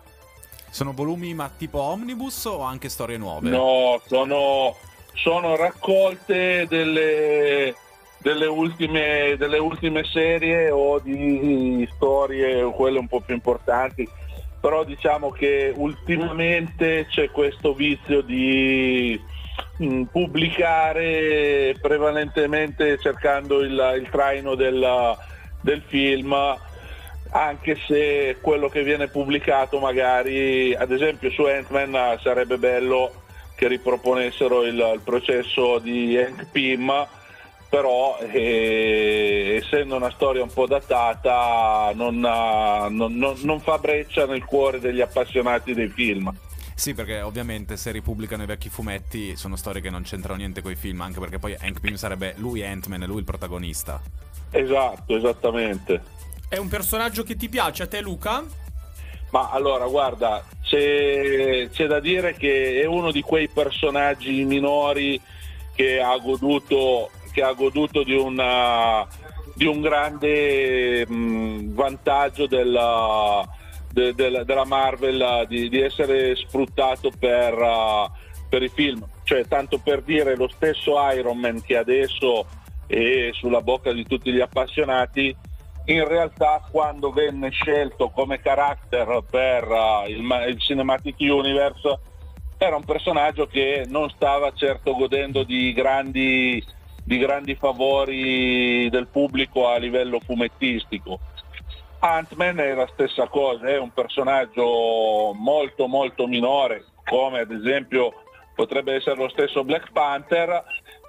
Sono volumi ma tipo omnibus o anche storie nuove? No, sono, sono raccolte delle, delle ultime, delle ultime serie o di storie, quelle un po' più importanti, però diciamo che ultimamente c'è questo vizio di mh, pubblicare prevalentemente cercando il, il traino del, del film, anche se quello che viene pubblicato magari, ad esempio su Ant-Man sarebbe bello che riproponessero il, il processo di Hank Pym, però eh, essendo una storia un po' datata non, non, non, non fa breccia nel cuore degli appassionati dei film. Sì, perché ovviamente se ripubblicano i vecchi fumetti sono storie che non c'entrano niente con i film, anche perché poi Hank Pym sarebbe lui Ant-Man e lui il protagonista. Esatto, esattamente. È un personaggio che ti piace a te, Luca? Ma allora, guarda, c'è, c'è da dire che è uno di quei personaggi minori che ha goduto che ha goduto di, una, di un grande mh, vantaggio della, de, de, della Marvel di, di essere sfruttato per, uh, per i film. Cioè, tanto per dire, lo stesso Iron Man che adesso è sulla bocca di tutti gli appassionati, in realtà quando venne scelto come character per uh, il, il Cinematic Universe era un personaggio che non stava certo godendo di grandi di grandi favori del pubblico a livello fumettistico. Ant-Man è la stessa cosa, è un personaggio molto molto minore, come ad esempio potrebbe essere lo stesso Black Panther,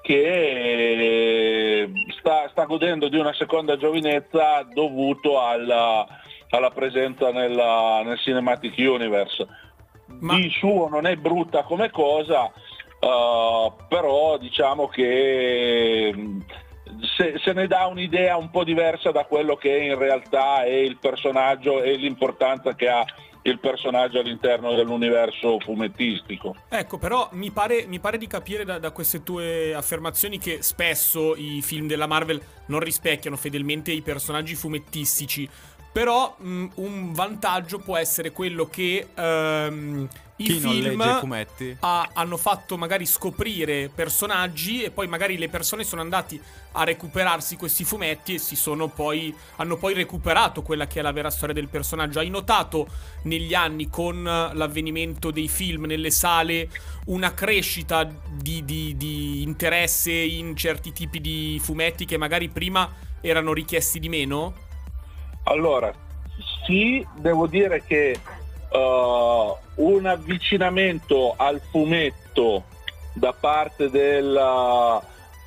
che sta, sta godendo di una seconda giovinezza dovuto alla, alla presenza nella, nel Cinematic Universe. Ma... di suo non è brutta come cosa, Uh, però diciamo che se, se ne dà un'idea un po' diversa da quello che in realtà è il personaggio e l'importanza che ha il personaggio all'interno dell'universo fumettistico. Ecco, però mi pare, mi pare di capire da, da queste tue affermazioni che spesso i film della Marvel non rispecchiano fedelmente i personaggi fumettistici, però mh, un vantaggio può essere quello che um, i Chi non film legge i fumetti ha, hanno fatto magari scoprire personaggi e poi magari le persone sono andati a recuperarsi questi fumetti e si sono poi hanno poi recuperato quella che è la vera storia del personaggio. Hai notato negli anni, con l'avvenimento dei film nelle sale, una crescita di, di, di interesse in certi tipi di fumetti che magari prima erano richiesti di meno? Allora, sì, devo dire che Uh, un avvicinamento al fumetto da parte della,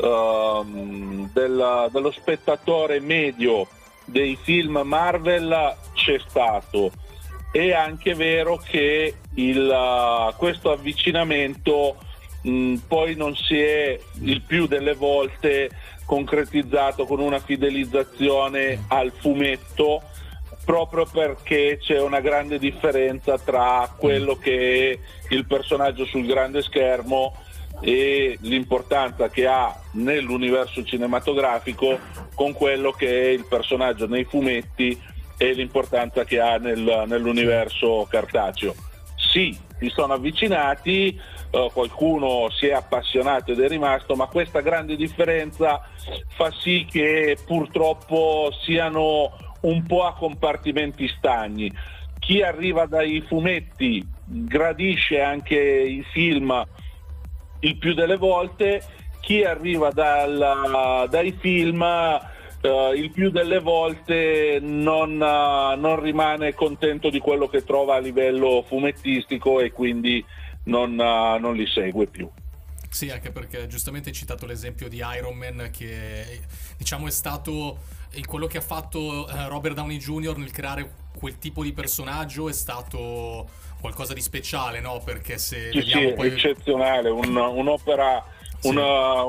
uh, della, dello spettatore medio dei film Marvel c'è stato. È anche vero che il, uh, questo avvicinamento mh, poi non si è il più delle volte concretizzato con una fidelizzazione al fumetto, proprio perché c'è una grande differenza tra quello che è il personaggio sul grande schermo e l'importanza che ha nell'universo cinematografico con quello che è il personaggio nei fumetti e l'importanza che ha nel, nell'universo cartaceo. Sì, si sono avvicinati, eh, qualcuno si è appassionato ed è rimasto, ma questa grande differenza fa sì che purtroppo siano un po' a compartimenti stagni. Chi arriva dai fumetti gradisce anche i film il più delle volte, chi arriva dal, dai film uh, il più delle volte non, uh, non rimane contento di quello che trova a livello fumettistico e quindi non, uh, non li segue più. Sì, anche perché giustamente hai citato l'esempio di Iron Man, che diciamo è stato in quello che ha fatto uh, Robert Downey junior nel creare quel tipo di personaggio, è stato qualcosa di speciale, no? Perché se sì, vediamo sì, poi... eccezionale, un, un'opera, sì. una,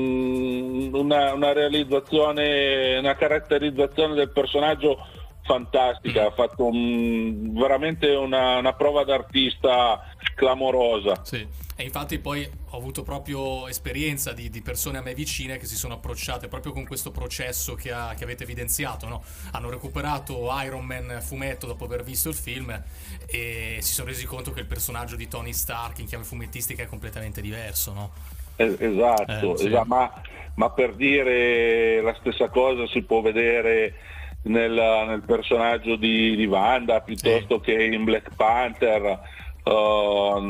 un, una, una realizzazione, una caratterizzazione del personaggio fantastica, mm. ha fatto un, veramente una, una prova d'artista clamorosa. Sì. E infatti poi ho avuto proprio esperienza di, di persone a me vicine che si sono approcciate proprio con questo processo che, ha, che avete evidenziato, no? Hanno recuperato Iron Man fumetto dopo aver visto il film e si sono resi conto che il personaggio di Tony Stark in chiave fumettistica è completamente diverso, no? Esatto, eh, sì. esatto. Ma, ma per dire la stessa cosa si può vedere nel, nel personaggio di, di Wanda, piuttosto sì. che in Black Panther, uh,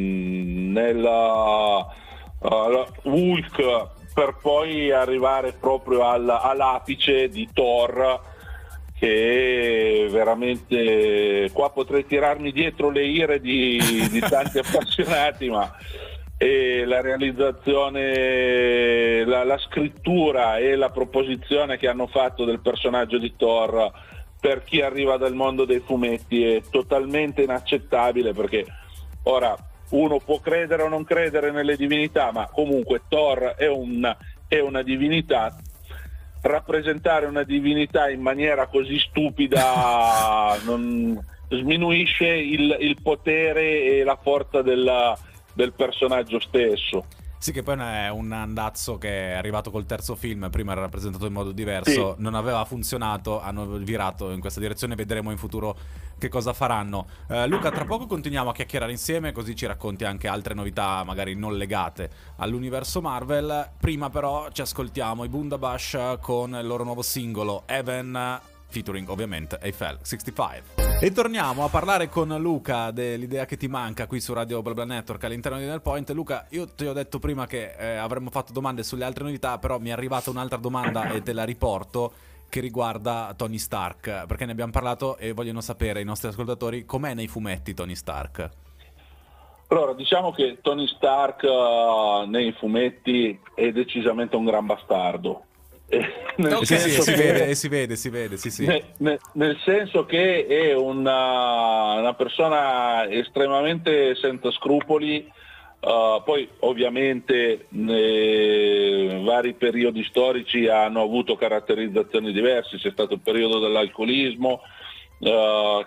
nella uh, Hulk, per poi arrivare proprio al, all'apice di Thor, che veramente qua potrei tirarmi dietro le ire di, di tanti appassionati, ma e la realizzazione, la, la scrittura e la proposizione che hanno fatto del personaggio di Thor per chi arriva dal mondo dei fumetti è totalmente inaccettabile, perché ora uno può credere o non credere nelle divinità, ma comunque Thor è una, è una divinità. Rappresentare una divinità in maniera così stupida non sminuisce il, il potere e la forza della del personaggio stesso. Sì, che poi è un andazzo che è arrivato col terzo film, prima era rappresentato in modo diverso, sì. non aveva funzionato, hanno virato in questa direzione, vedremo in futuro che cosa faranno. eh, Luca, tra poco continuiamo a chiacchierare insieme, così ci racconti anche altre novità magari non legate all'universo Marvel. Prima però ci ascoltiamo i Bundabash con il loro nuovo singolo Heaven, featuring ovviamente Eiffel sessantacinque. E torniamo a parlare con Luca dell'idea che ti manca qui su Radio BlaBla Network all'interno di Nerd Point. Luca, io ti ho detto prima che eh, avremmo fatto domande sulle altre novità, però mi è arrivata un'altra domanda e te la riporto, che riguarda Tony Stark, perché ne abbiamo parlato e vogliono sapere i nostri ascoltatori com'è nei fumetti Tony Stark. Allora, diciamo che Tony Stark uh, nei fumetti è decisamente un gran bastardo. No, sì, sì, si, vede, si vede, si vede, sì, sì. Nel, nel senso che è una, una persona estremamente senza scrupoli, uh, poi ovviamente nei vari periodi storici hanno avuto caratterizzazioni diverse. C'è stato il periodo dell'alcolismo uh,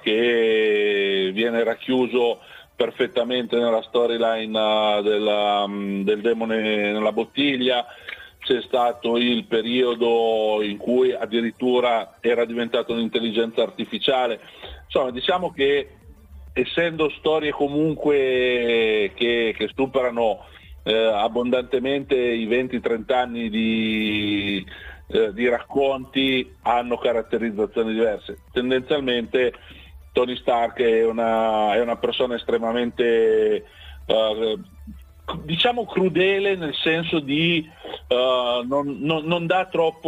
che viene racchiuso perfettamente nella storyline uh, della, um, del demone nella bottiglia. C'è stato il periodo in cui addirittura era diventato un'intelligenza artificiale. Insomma, diciamo che essendo storie comunque che, che superano eh, abbondantemente i venti trenta anni di, eh, di racconti, hanno caratterizzazioni diverse. Tendenzialmente Tony Stark è una, è una persona estremamente eh, diciamo crudele, nel senso di uh, non, non, non dà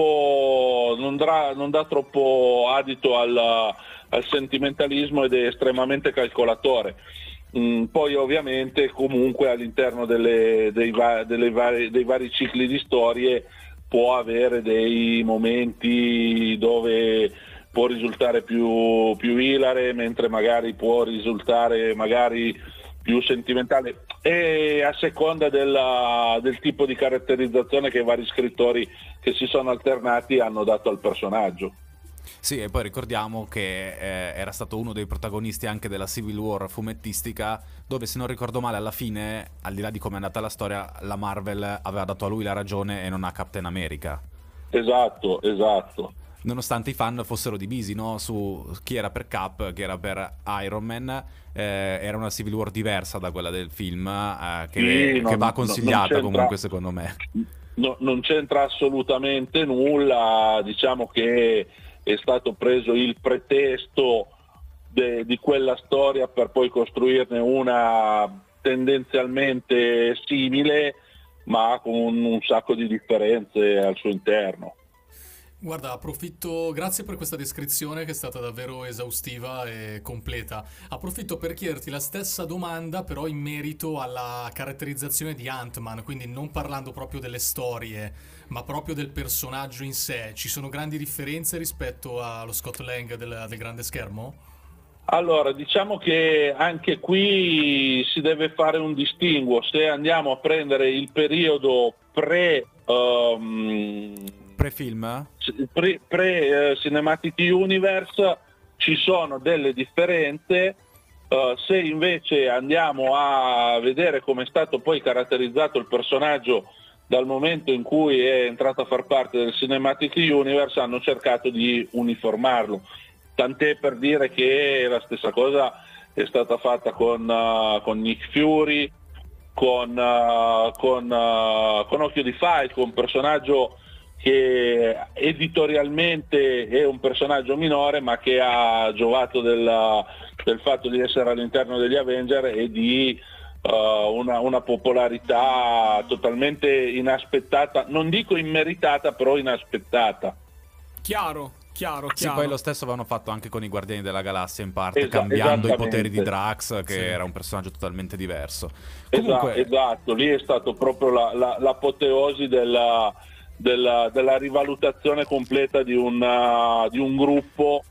troppo non dà, non dà troppo adito al, al sentimentalismo ed è estremamente calcolatore. Mm, poi ovviamente comunque all'interno delle, dei, va, delle vari, dei vari cicli di storie può avere dei momenti dove può risultare più, più ilare, mentre magari può risultare magari più sentimentale, e a seconda della, del tipo di caratterizzazione che i vari scrittori che si sono alternati hanno dato al personaggio. Sì, e poi ricordiamo che eh, era stato uno dei protagonisti anche della Civil War fumettistica, dove, se non ricordo male, alla fine, al di là di come è andata la storia, la Marvel aveva dato a lui la ragione e non a Captain America. Esatto, esatto. Nonostante i fan fossero divisi, no? Su chi era per Cap, chi era per Iron Man, eh, era una Civil War diversa da quella del film, eh, che, sì, che non, va consigliata non comunque, secondo me. No, non c'entra assolutamente nulla, diciamo che è stato preso il pretesto de, di quella storia per poi costruirne una tendenzialmente simile, ma con un, un sacco di differenze al suo interno. Guarda, approfitto, grazie per questa descrizione che è stata davvero esaustiva e completa. Approfitto per chiederti la stessa domanda, però in merito alla caratterizzazione di Ant-Man, quindi non parlando proprio delle storie, ma proprio del personaggio in sé. Ci sono grandi differenze rispetto allo Scott Lang del, del grande schermo? Allora, diciamo che anche qui si deve fare un distinguo. Se andiamo a prendere il periodo pre... Um, Pre-film? Pre, pre uh, Cinematic Universe ci sono delle differenze. Uh, se invece andiamo a vedere come è stato poi caratterizzato il personaggio dal momento in cui è entrato a far parte del Cinematic Universe, hanno cercato di uniformarlo. Tant'è per dire che la stessa cosa è stata fatta con, uh, con Nick Fury, con, uh, con, uh, con Occhio di Falco, un personaggio che editorialmente è un personaggio minore, ma che ha giovato del, del fatto di essere all'interno degli Avenger e di uh, una, una popolarità totalmente inaspettata, non dico immeritata, però inaspettata. Chiaro, chiaro, Sì, chiaro. poi lo stesso avevano fatto anche con i Guardiani della Galassia in parte, Esa- cambiando i esattamente. poteri di Drax, che Sì. era un personaggio totalmente diverso. Esatto, Comunque, esatto, lì è stato proprio la, la, l'apoteosi della, della, della rivalutazione completa di, una, di un gruppo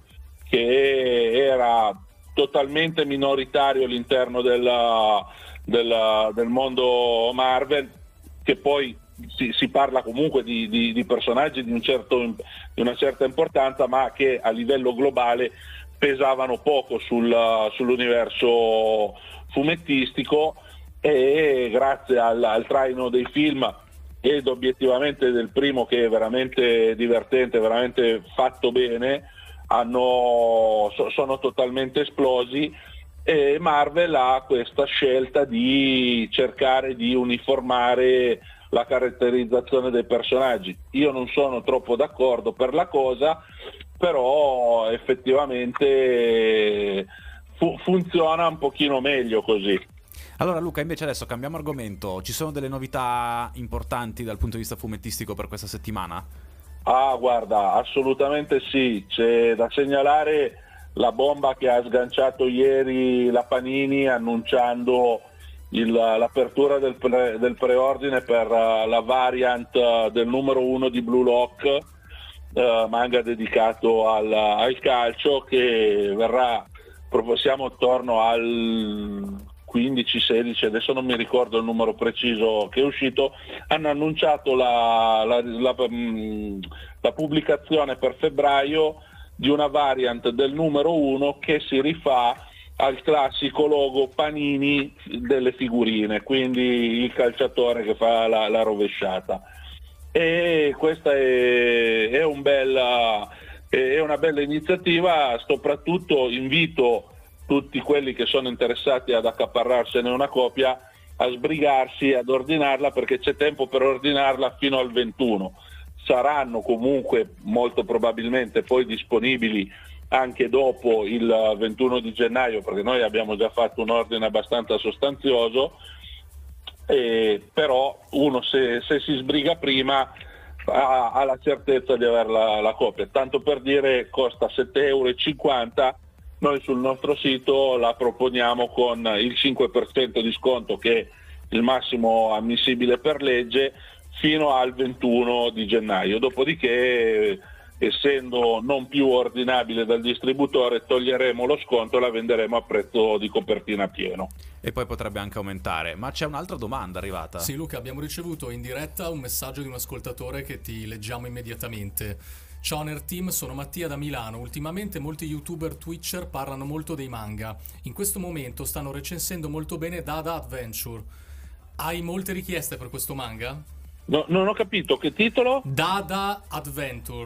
che era totalmente minoritario all'interno della, della, del mondo Marvel, che poi si, si parla comunque di, di, di personaggi di, un certo, di una certa importanza, ma che a livello globale pesavano poco sul, sull'universo fumettistico, e grazie al, al traino dei film ed obiettivamente del primo, che è veramente divertente, veramente fatto bene, hanno, so, sono totalmente esplosi, e Marvel ha questa scelta di cercare di uniformare la caratterizzazione dei personaggi. Io non sono troppo d'accordo per la cosa, però effettivamente fu- funziona un pochino meglio così. allora Luca, invece adesso cambiamo argomento. Ci sono delle novità importanti dal punto di vista fumettistico per questa settimana? Ah, guarda, assolutamente sì. C'è da segnalare la bomba che ha sganciato ieri la Panini annunciando il, l'apertura del, pre, del preordine per uh, la variant uh, del numero uno di Blue Lock, uh, manga dedicato al, al calcio, che verrà, siamo attorno al quindici sedici, adesso non mi ricordo il numero preciso che è uscito. Hanno annunciato la, la, la, la pubblicazione per febbraio di una variant del numero uno che si rifà al classico logo Panini delle figurine, quindi il calciatore che fa la, la rovesciata. E questa è, è, un bella, è una bella iniziativa. Soprattutto invito tutti quelli che sono interessati ad accaparrarsene una copia a sbrigarsi ad ordinarla, perché c'è tempo per ordinarla fino al ventuno. Saranno comunque molto probabilmente poi disponibili anche dopo il ventuno di gennaio, perché noi abbiamo già fatto un ordine abbastanza sostanzioso, eh, però uno se, se si sbriga prima ha, ha la certezza di avere la, la copia. Tanto per dire, costa sette virgola cinquanta euro. Noi sul nostro sito la proponiamo con il cinque per cento di sconto, che è il massimo ammissibile per legge, fino al ventuno di gennaio. Dopodiché, essendo non più ordinabile dal distributore, toglieremo lo sconto e la venderemo a prezzo di copertina pieno. E poi potrebbe anche aumentare. Ma c'è un'altra domanda arrivata. Sì, Luca, abbiamo ricevuto in diretta un messaggio di un ascoltatore che ti leggiamo immediatamente. Ciao Nerd Team, sono Mattia da Milano. Ultimamente molti youtuber Twitcher parlano molto dei manga. In questo momento stanno recensendo molto bene Dada Adventure. Hai molte richieste per questo manga? No, non ho capito, che titolo? Dada Adventure.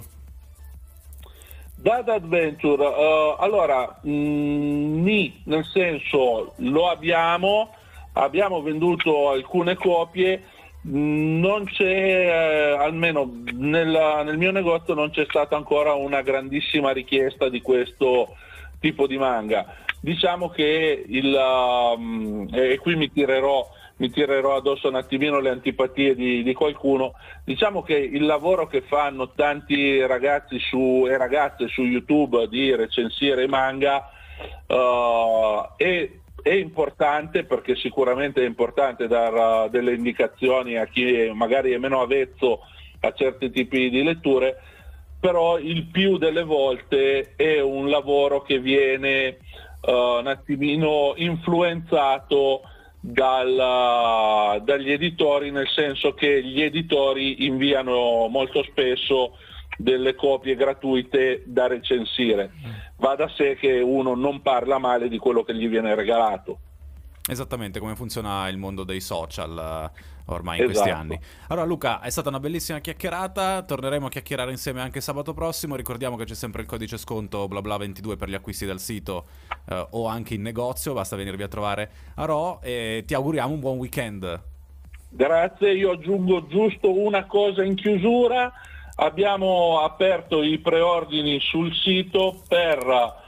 Dada Adventure, uh, allora, mh, nì, nel senso, lo abbiamo, abbiamo venduto alcune copie, mh, non c'è, eh, almeno nel, nel mio negozio non c'è stata ancora una grandissima richiesta di questo tipo di manga. Diciamo che il, um, e qui mi tirerò mi tirerò addosso un attimino le antipatie di, di qualcuno. Diciamo che il lavoro che fanno tanti ragazzi su, e ragazze su YouTube di recensire manga uh, è, è importante, perché sicuramente è importante dare uh, delle indicazioni a chi magari è meno avvezzo a certi tipi di letture, però il più delle volte è un lavoro che viene uh, un attimino influenzato Dal, dagli editori, nel senso che gli editori inviano molto spesso delle copie gratuite da recensire. Va da sé che uno non parla male di quello che gli viene regalato. Esattamente come funziona il mondo dei social uh, ormai in Esatto. questi anni. Allora Luca, è stata una bellissima chiacchierata, torneremo a chiacchierare insieme anche sabato prossimo. Ricordiamo che c'è sempre il codice sconto bla bla ventidue per gli acquisti dal sito uh, o anche in negozio, basta venirvi a trovare a Ro, e ti auguriamo un buon weekend. Grazie, io aggiungo giusto una cosa in chiusura. Abbiamo aperto i preordini sul sito per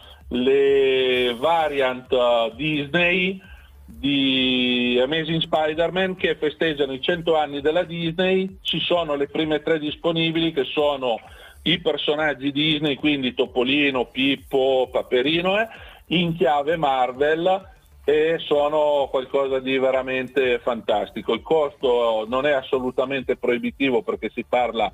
le variant uh, Disney di Amazing Spider-Man che festeggiano i cento anni della Disney. Ci sono le prime tre disponibili, che sono i personaggi Disney, quindi Topolino, Pippo, Paperino, eh, in chiave Marvel, e sono qualcosa di veramente fantastico. Il costo non è assolutamente proibitivo, perché si parla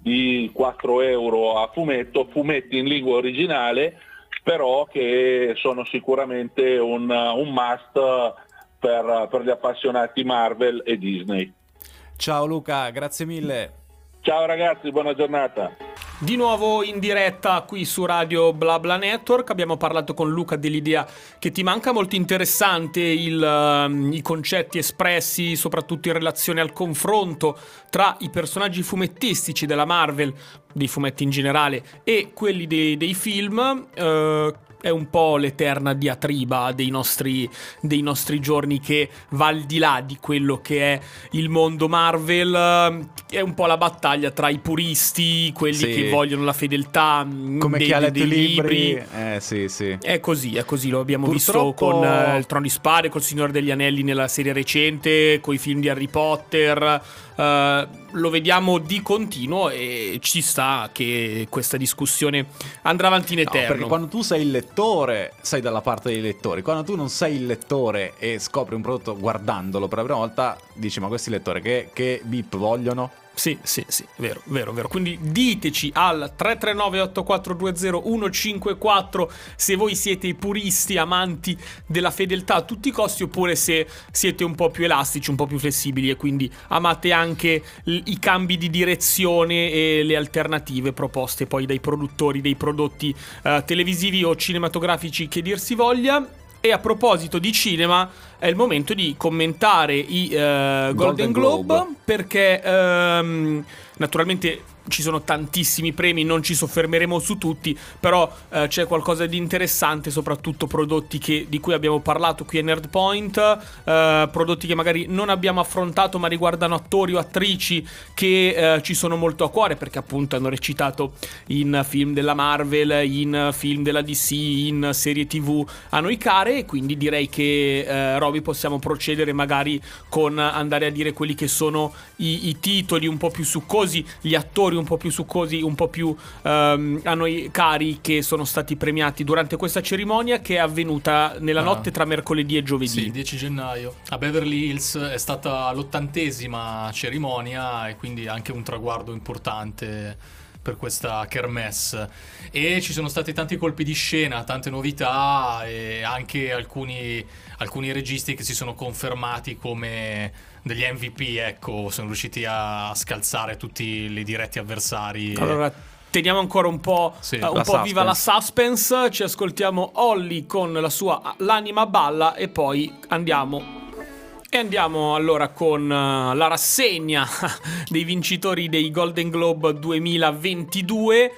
di quattro euro a fumetto, fumetti in lingua originale, però che sono sicuramente un, un must per, per gli appassionati Marvel e Disney. Ciao Luca, grazie mille. Ciao ragazzi, buona giornata. Di nuovo in diretta qui su Radio BlaBla Network abbiamo parlato con Luca dell'idea che ti manca, molto interessante il, uh, i concetti espressi soprattutto in relazione al confronto tra i personaggi fumettistici della Marvel, dei fumetti in generale, e quelli dei, dei film. Uh, è un po' l'eterna diatriba dei nostri, dei nostri giorni, che va al di là di quello che è il mondo Marvel. È un po' la battaglia tra i puristi, quelli sì. che vogliono la fedeltà, come dei, chi ha letto dei i libri. libri. Eh sì, sì. È così, è così, lo abbiamo Purtroppo... visto con uh, il Trono di Spade, col Signore degli Anelli nella serie recente, coi film di Harry Potter. Uh, lo vediamo di continuo e ci sta che questa discussione andrà avanti in No, eterno. perché quando tu sei il lettore, sei dalla parte dei lettori. Quando tu non sei il lettore e scopri un prodotto guardandolo per la prima volta, dici: ma questi lettori che, che bip vogliono? Sì, sì, sì, vero, vero, vero. Quindi diteci al tre tre nove otto quattro due zero uno cinque quattro se voi siete i puristi amanti della fedeltà a tutti i costi, oppure se siete un po' più elastici, un po' più flessibili e quindi amate anche l- i cambi di direzione e le alternative proposte poi dai produttori dei prodotti uh, televisivi o cinematografici che dir si voglia. E a proposito di cinema, è il momento di commentare i uh, Golden, Golden Globe, Globe. perché um, naturalmente ci sono tantissimi premi, non ci soffermeremo su tutti, però uh, c'è qualcosa di interessante, soprattutto prodotti che, di cui abbiamo parlato qui a Nerdpoint, uh, prodotti che magari non abbiamo affrontato ma riguardano attori o attrici che uh, ci sono molto a cuore, perché appunto hanno recitato in film della Marvel, in film della D C, in serie tv a noi care, e quindi direi che uh, Roby, possiamo procedere magari con andare a dire quelli che sono i, i titoli un po' più succosi, gli attori un po' più succosi, un po' più um, a noi cari, che sono stati premiati durante questa cerimonia che è avvenuta nella Ah. notte tra mercoledì e giovedì. Sì, dieci gennaio. A Beverly Hills è stata l'ottantesima cerimonia e quindi anche un traguardo importante per questa kermesse. E ci sono stati tanti colpi di scena, tante novità e anche alcuni, alcuni registi che si sono confermati come degli M V P, ecco, sono riusciti a scalzare tutti i diretti avversari. Allora teniamo ancora un po', Sì, uh, un la po' viva la suspense. Ci ascoltiamo Holly con la sua L'anima balla e poi andiamo E andiamo allora con uh, la rassegna dei vincitori dei Golden Globe duemilaventidue,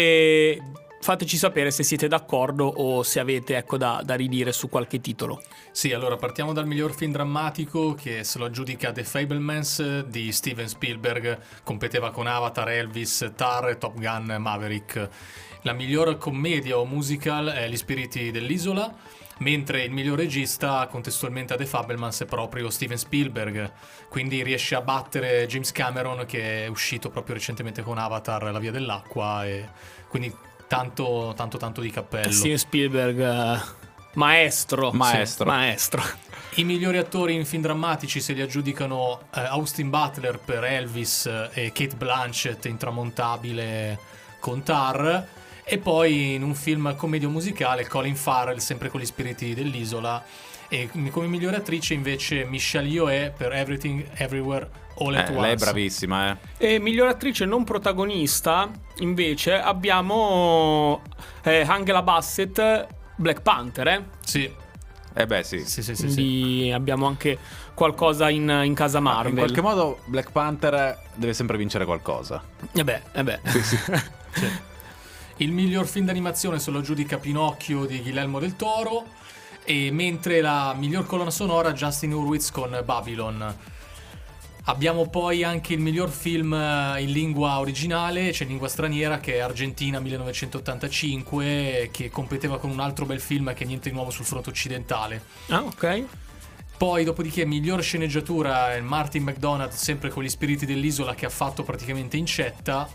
e fateci sapere se siete d'accordo o se avete, ecco, da, da ridire su qualche titolo. Sì, allora partiamo dal miglior film drammatico, che se lo aggiudica The Fabelmans di Steven Spielberg. Competeva con Avatar, Elvis, Tar e Top Gun Maverick. La miglior commedia o musical è Gli spiriti dell'isola, mentre il miglior regista contestualmente a The Fabelmans è proprio Steven Spielberg, quindi riesce a battere James Cameron, che è uscito proprio recentemente con Avatar, La via dell'acqua, e quindi tanto tanto tanto di cappello. Steven Spielberg, uh, maestro. Maestro. Sì, maestro. I migliori attori in film drammatici se li aggiudicano eh, Austin Butler per Elvis e Cate Blanchett, Intramontabile, con Tar. E poi in un film commedia musicale Colin Farrell, sempre con Gli spiriti dell'isola, e come migliore attrice invece Michelle Yeoh per Everything Everywhere All at Eh, Once. lei è bravissima, eh. E miglior attrice non protagonista invece abbiamo eh, Angela Bassett, Black Panther, eh? Sì, Eh beh sì, Sì, sì, sì, Quindi sì. abbiamo anche qualcosa in, in casa Marvel. in qualche modo Black Panther deve sempre vincere qualcosa. Eh beh, eh beh. Sì, sì. Sì. Il miglior film d'animazione se lo giudica Pinocchio di Guillermo del Toro, e mentre la miglior colonna sonora Justin Hurwitz con Babylon. Abbiamo poi anche il miglior film in lingua originale, cioè in lingua straniera, che è Argentina millenovecentottantacinque, che competeva con un altro bel film che è Niente di nuovo sul fronte occidentale. Ah, ok. Poi dopodiché miglior sceneggiatura è Martin McDonagh, sempre con Gli spiriti dell'isola, che ha fatto praticamente Incetta.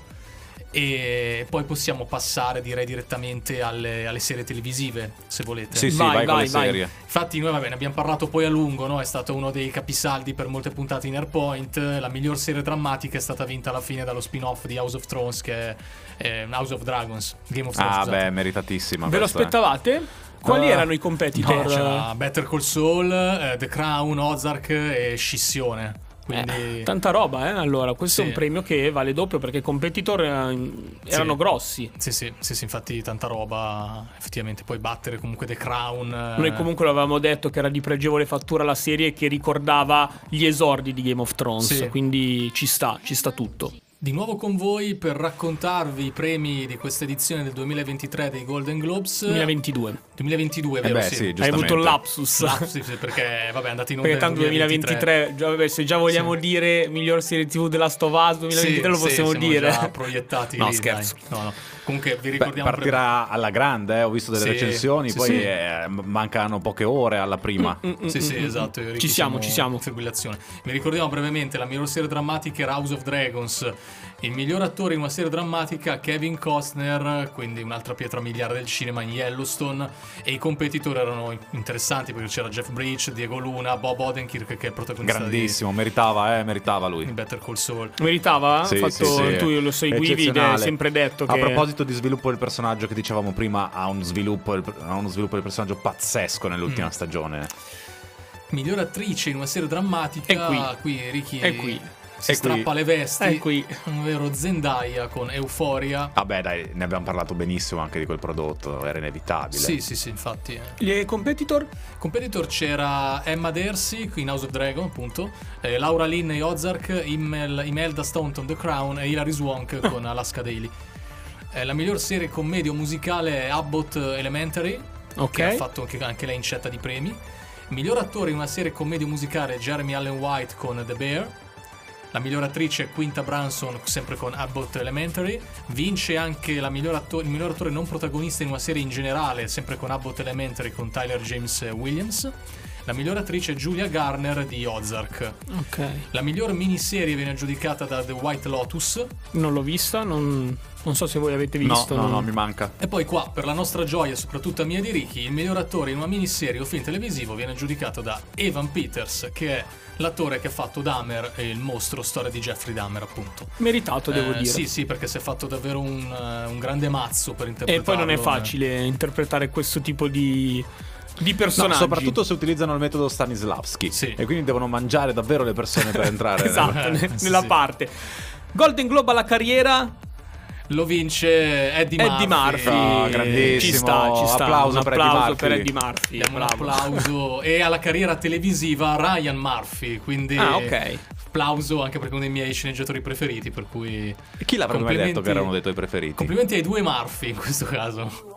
E poi possiamo passare, direi, direttamente alle, alle serie televisive, se volete. Sì, sì, Vai, vai, con vai, le vai. serie. Infatti noi, vabbè, ne abbiamo parlato poi a lungo, no? È stato uno dei capisaldi per molte puntate in Airpoint. La miglior serie drammatica è stata vinta alla fine dallo spin-off di House of Thrones, che è eh, House of Dragons, Game of Thrones. Ah scusate. beh, meritatissima. Ve lo questa, eh. aspettavate? Quali Uh, erano i No, competitor? c'era Better Call Saul, eh, The Crown, Ozark e Scissione. Quindi Eh, tanta roba, eh? Allora, questo Sì. è un premio che vale doppio perché i competitor eh, erano Sì. grossi. Sì, sì, sì, sì, infatti tanta roba. Effettivamente poi battere comunque The Crown. eh, Noi comunque lo avevamo detto che era di pregevole fattura la serie che ricordava gli esordi di Game of Thrones, Sì. quindi ci sta, ci sta tutto. Di nuovo con voi per raccontarvi i premi di questa edizione del duemilaventitré dei Golden Globes. duemilaventidue. duemilaventidue, Eh vero? beh, sì. sì, Hai giustamente. avuto un lapsus. Lapsus, sì, perché vabbè, è andato in onda Perché tanto nel duemilaventitré, già, vabbè, se già vogliamo Sì. dire miglior serie tivù della Last of Us duemilaventitré Sì, lo sì, possiamo siamo dire. già proiettati No, lì, scherzo. dai. No, no. Comunque vi Beh, ricordiamo partirà alla grande, eh, ho visto delle Sì, recensioni, sì, poi sì. eh, m- mancano poche ore alla prima. Mm, Sì, mm, sì, mm, esatto. io e Ricky Ci siamo, ci siamo. in fibrillazione. Vi ricordiamo brevemente la miglior serie drammatica era House of Dragons. Il miglior attore in una serie drammatica Kevin Costner, quindi un'altra pietra miliare del cinema, in Yellowstone. E i competitor erano interessanti perché c'era Jeff Bridges, Diego Luna, Bob Odenkirk, che è il protagonista Grandissimo, meritava, eh, meritava lui. di Better Call Saul. Meritava? Sì, Ha fatto, sì, sì. tu lo seguivi ed è Eccezionale. sempre detto che A proposito di sviluppo del personaggio che dicevamo prima, ha uno sviluppo, ha uno sviluppo del personaggio pazzesco nell'ultima Mm. stagione. Miglior attrice in una serie drammatica. È qui. Qui Ricky È qui. si È qui. strappa le vesti. È qui. Ovvero Zendaya con Euphoria. Vabbè dai, ne abbiamo parlato benissimo anche di quel prodotto, era inevitabile. Sì, sì, sì, infatti. eh. Gli competitor? Competitor c'era Emma Darcy qui in House of Dragon, appunto, eh, Laura Lynn e Ozark, Imel, Imelda Staunton The Crown e Hilary Swank con Alaska Daily. Eh, la miglior serie commedia o musicale è Abbott Elementary, Ok. che ha fatto anche, anche lei incetta di premi. Miglior attore in una serie commedia musicale è Jeremy Allen White con The Bear. La miglior attrice è Quinta Brunson, sempre con Abbott Elementary. Vince anche la miglior atto- il miglior attore non protagonista in una serie in generale, sempre con Abbott Elementary, con Tyler James Williams. La miglior attrice è Julia Garner di Ozark. Ok. La miglior miniserie viene aggiudicata da The White Lotus. Non l'ho vista, non, non so se voi avete No, visto. no, non- no, mi manca. E poi qua, per la nostra gioia, soprattutto a mia e di Ricky, il miglior attore in una miniserie o film televisivo viene aggiudicato da Evan Peters, che è l'attore che ha fatto Dahmer e il mostro, storia di Jeffrey Dahmer, appunto. Meritato, devo Eh, dire. Sì, sì, perché si è fatto davvero un, eh, un grande mazzo per E interpretarlo. poi non è facile interpretare questo tipo di, di No, personaggi. soprattutto se utilizzano il metodo Stanislavski. Sì. E quindi devono mangiare davvero le persone per entrare. Esatto, Eh, ne- sì, nella sì. parte. Golden Globe alla carriera. Lo vince Eddie Murphy. Eddie Murphy. Ah, grandissimo. Ci sta, ci sta. Applauso Un per Eddie applauso Murphy. per Eddie Murphy. Diamo un Bravo. applauso. E alla carriera televisiva Ryan Murphy, quindi Ah, ok. applauso anche perché è uno dei miei sceneggiatori preferiti, per cui E chi l'avrebbe mai detto che era uno dei tuoi complimenti- preferiti? Complimenti ai due Murphy in questo caso.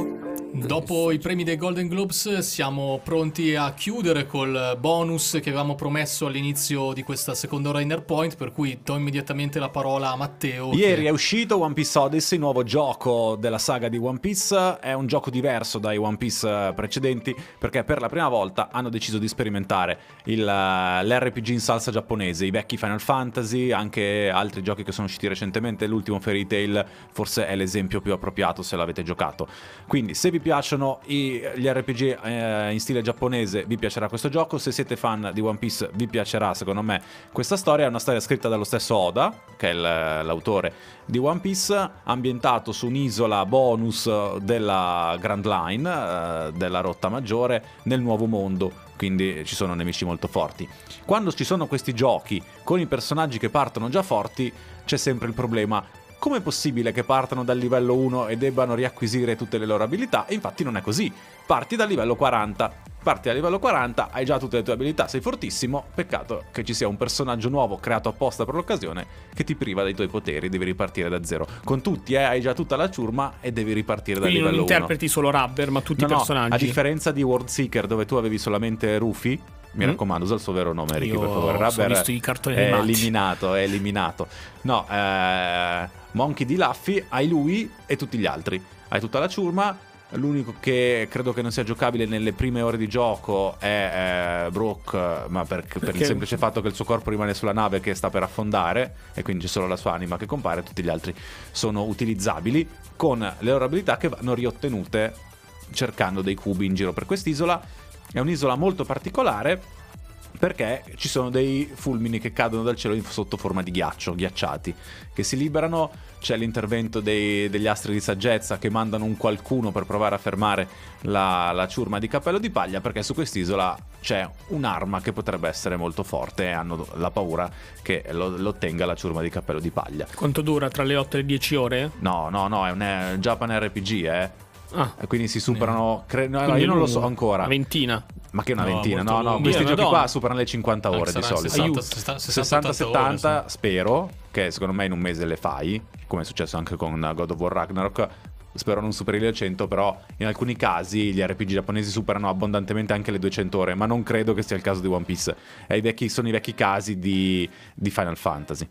Dopo i premi dei Golden Globes siamo pronti a chiudere col bonus che avevamo promesso all'inizio di questa seconda ora Inner Point, per cui do immediatamente la parola a Matteo. Ieri che- è uscito One Piece Odyssey, nuovo gioco della saga di One Piece. È un gioco diverso dai One Piece precedenti perché per la prima volta hanno deciso di sperimentare il, l'R P G in salsa giapponese, i vecchi Final Fantasy, anche altri giochi che sono usciti recentemente. L'ultimo Fairy Tail forse è l'esempio più appropriato se l'avete giocato. Quindi se vi piacciono i- gli R P G eh, in stile giapponese vi piacerà questo gioco. Se siete fan di One Piece vi piacerà secondo me questa storia. È una storia scritta dallo stesso Oda, che è il- l'autore di One Piece, ambientato su un'isola bonus della Grand Line, eh, della rotta maggiore, nel nuovo mondo, quindi ci sono nemici molto forti. Quando ci sono questi giochi con i personaggi che partono già forti c'è sempre il problema Com'è possibile che partano dal livello uno e debbano riacquisire tutte le loro abilità? E infatti non è così. Parti dal livello quaranta. Parti dal livello quaranta, hai già tutte le tue abilità, sei fortissimo. Peccato che ci sia un personaggio nuovo creato apposta per l'occasione che ti priva dei tuoi poteri, devi ripartire da zero. Con tutti, eh, hai già tutta la ciurma e devi ripartire dal Quindi livello non uno. interpreti solo Rubber, ma tutti No, i no, personaggi. a differenza di Worldseeker, dove tu avevi solamente Rufy, mi Mm. raccomando, usa il suo vero nome, Ricky, Io per favore. ho Rubber visto i cartoni è animati. eliminato, è eliminato. No, eh, Monkey D. Luffy, hai lui e tutti gli altri. Hai tutta la ciurma. L'unico che credo che non sia giocabile nelle prime ore di gioco è eh, Brook, ma per, per Perché? il semplice fatto che il suo corpo rimane sulla nave che sta per affondare e quindi c'è solo la sua anima che compare. Tutti gli altri sono utilizzabili con le loro abilità che vanno riottenute cercando dei cubi in giro per quest'isola. È un'isola molto particolare perché ci sono dei fulmini che cadono dal cielo sotto forma di ghiaccio, ghiacciati, che si liberano. C'è l'intervento dei, degli astri di saggezza che mandano un qualcuno per provare a fermare la, la ciurma di Cappello di Paglia, perché su quest'isola c'è un'arma che potrebbe essere molto forte e hanno la paura che lo, lo ottenga la ciurma di Cappello di Paglia. Quanto dura? Tra le otto e le dieci ore? No, no, no, è un è Japan R P G, eh. Ah, E quindi si superano. Cre- no, quindi io non lo lungo. so ancora. Una ventina. Ma che una No, ventina? molto No, no, lungo. questi Dio, giochi Madonna. qua superano le cinquanta ore di Saranno solito. sessanta, Aiuto. sessanta, sessanta ore, sì. spero che secondo me in un mese le fai, come è successo anche con God of War Ragnarok. Spero non superi le cento, però in alcuni casi gli R P G giapponesi superano abbondantemente anche le duecento ore, ma non credo che sia il caso di One Piece. È i vecchi, sono i vecchi casi di, di Final Fantasy.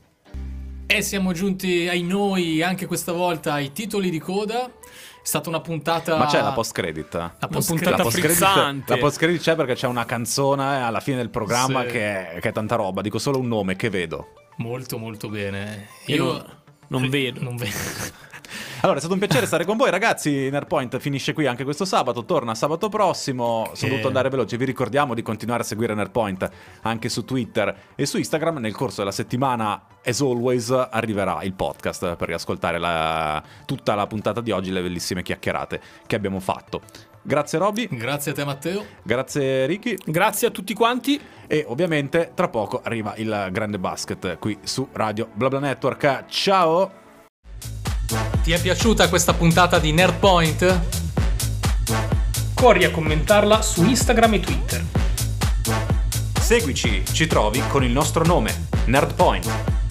E siamo giunti ai noi anche questa volta ai titoli di coda. È stata una puntata. Ma c'è la post credit? La Una post puntata La post credit, frizzante. la post credit c'è perché c'è una canzone alla fine del programma Sì. che, è, che è tanta roba. Dico solo un nome che vedo. Molto molto bene. Io Io non vedo. Non vedo. Allora, è stato un piacere stare con voi, ragazzi. Nerdpoint finisce qui anche questo sabato, torna sabato prossimo. Sono Che- dovuto andare veloce. Vi ricordiamo di continuare a seguire Nerdpoint anche su Twitter e su Instagram. Nel corso della settimana, as always, arriverà il podcast per riascoltare la- tutta la puntata di oggi, le bellissime chiacchierate che abbiamo fatto. Grazie Robby, Grazie a te Matteo. grazie Ricky Grazie a tutti quanti. e ovviamente tra poco arriva il grande basket qui su Radio BlaBla Network. Ciao! Ti è piaciuta questa puntata di Nerdpoint? Corri a commentarla su Instagram e Twitter. Seguici, ci trovi con il nostro nome, Nerdpoint.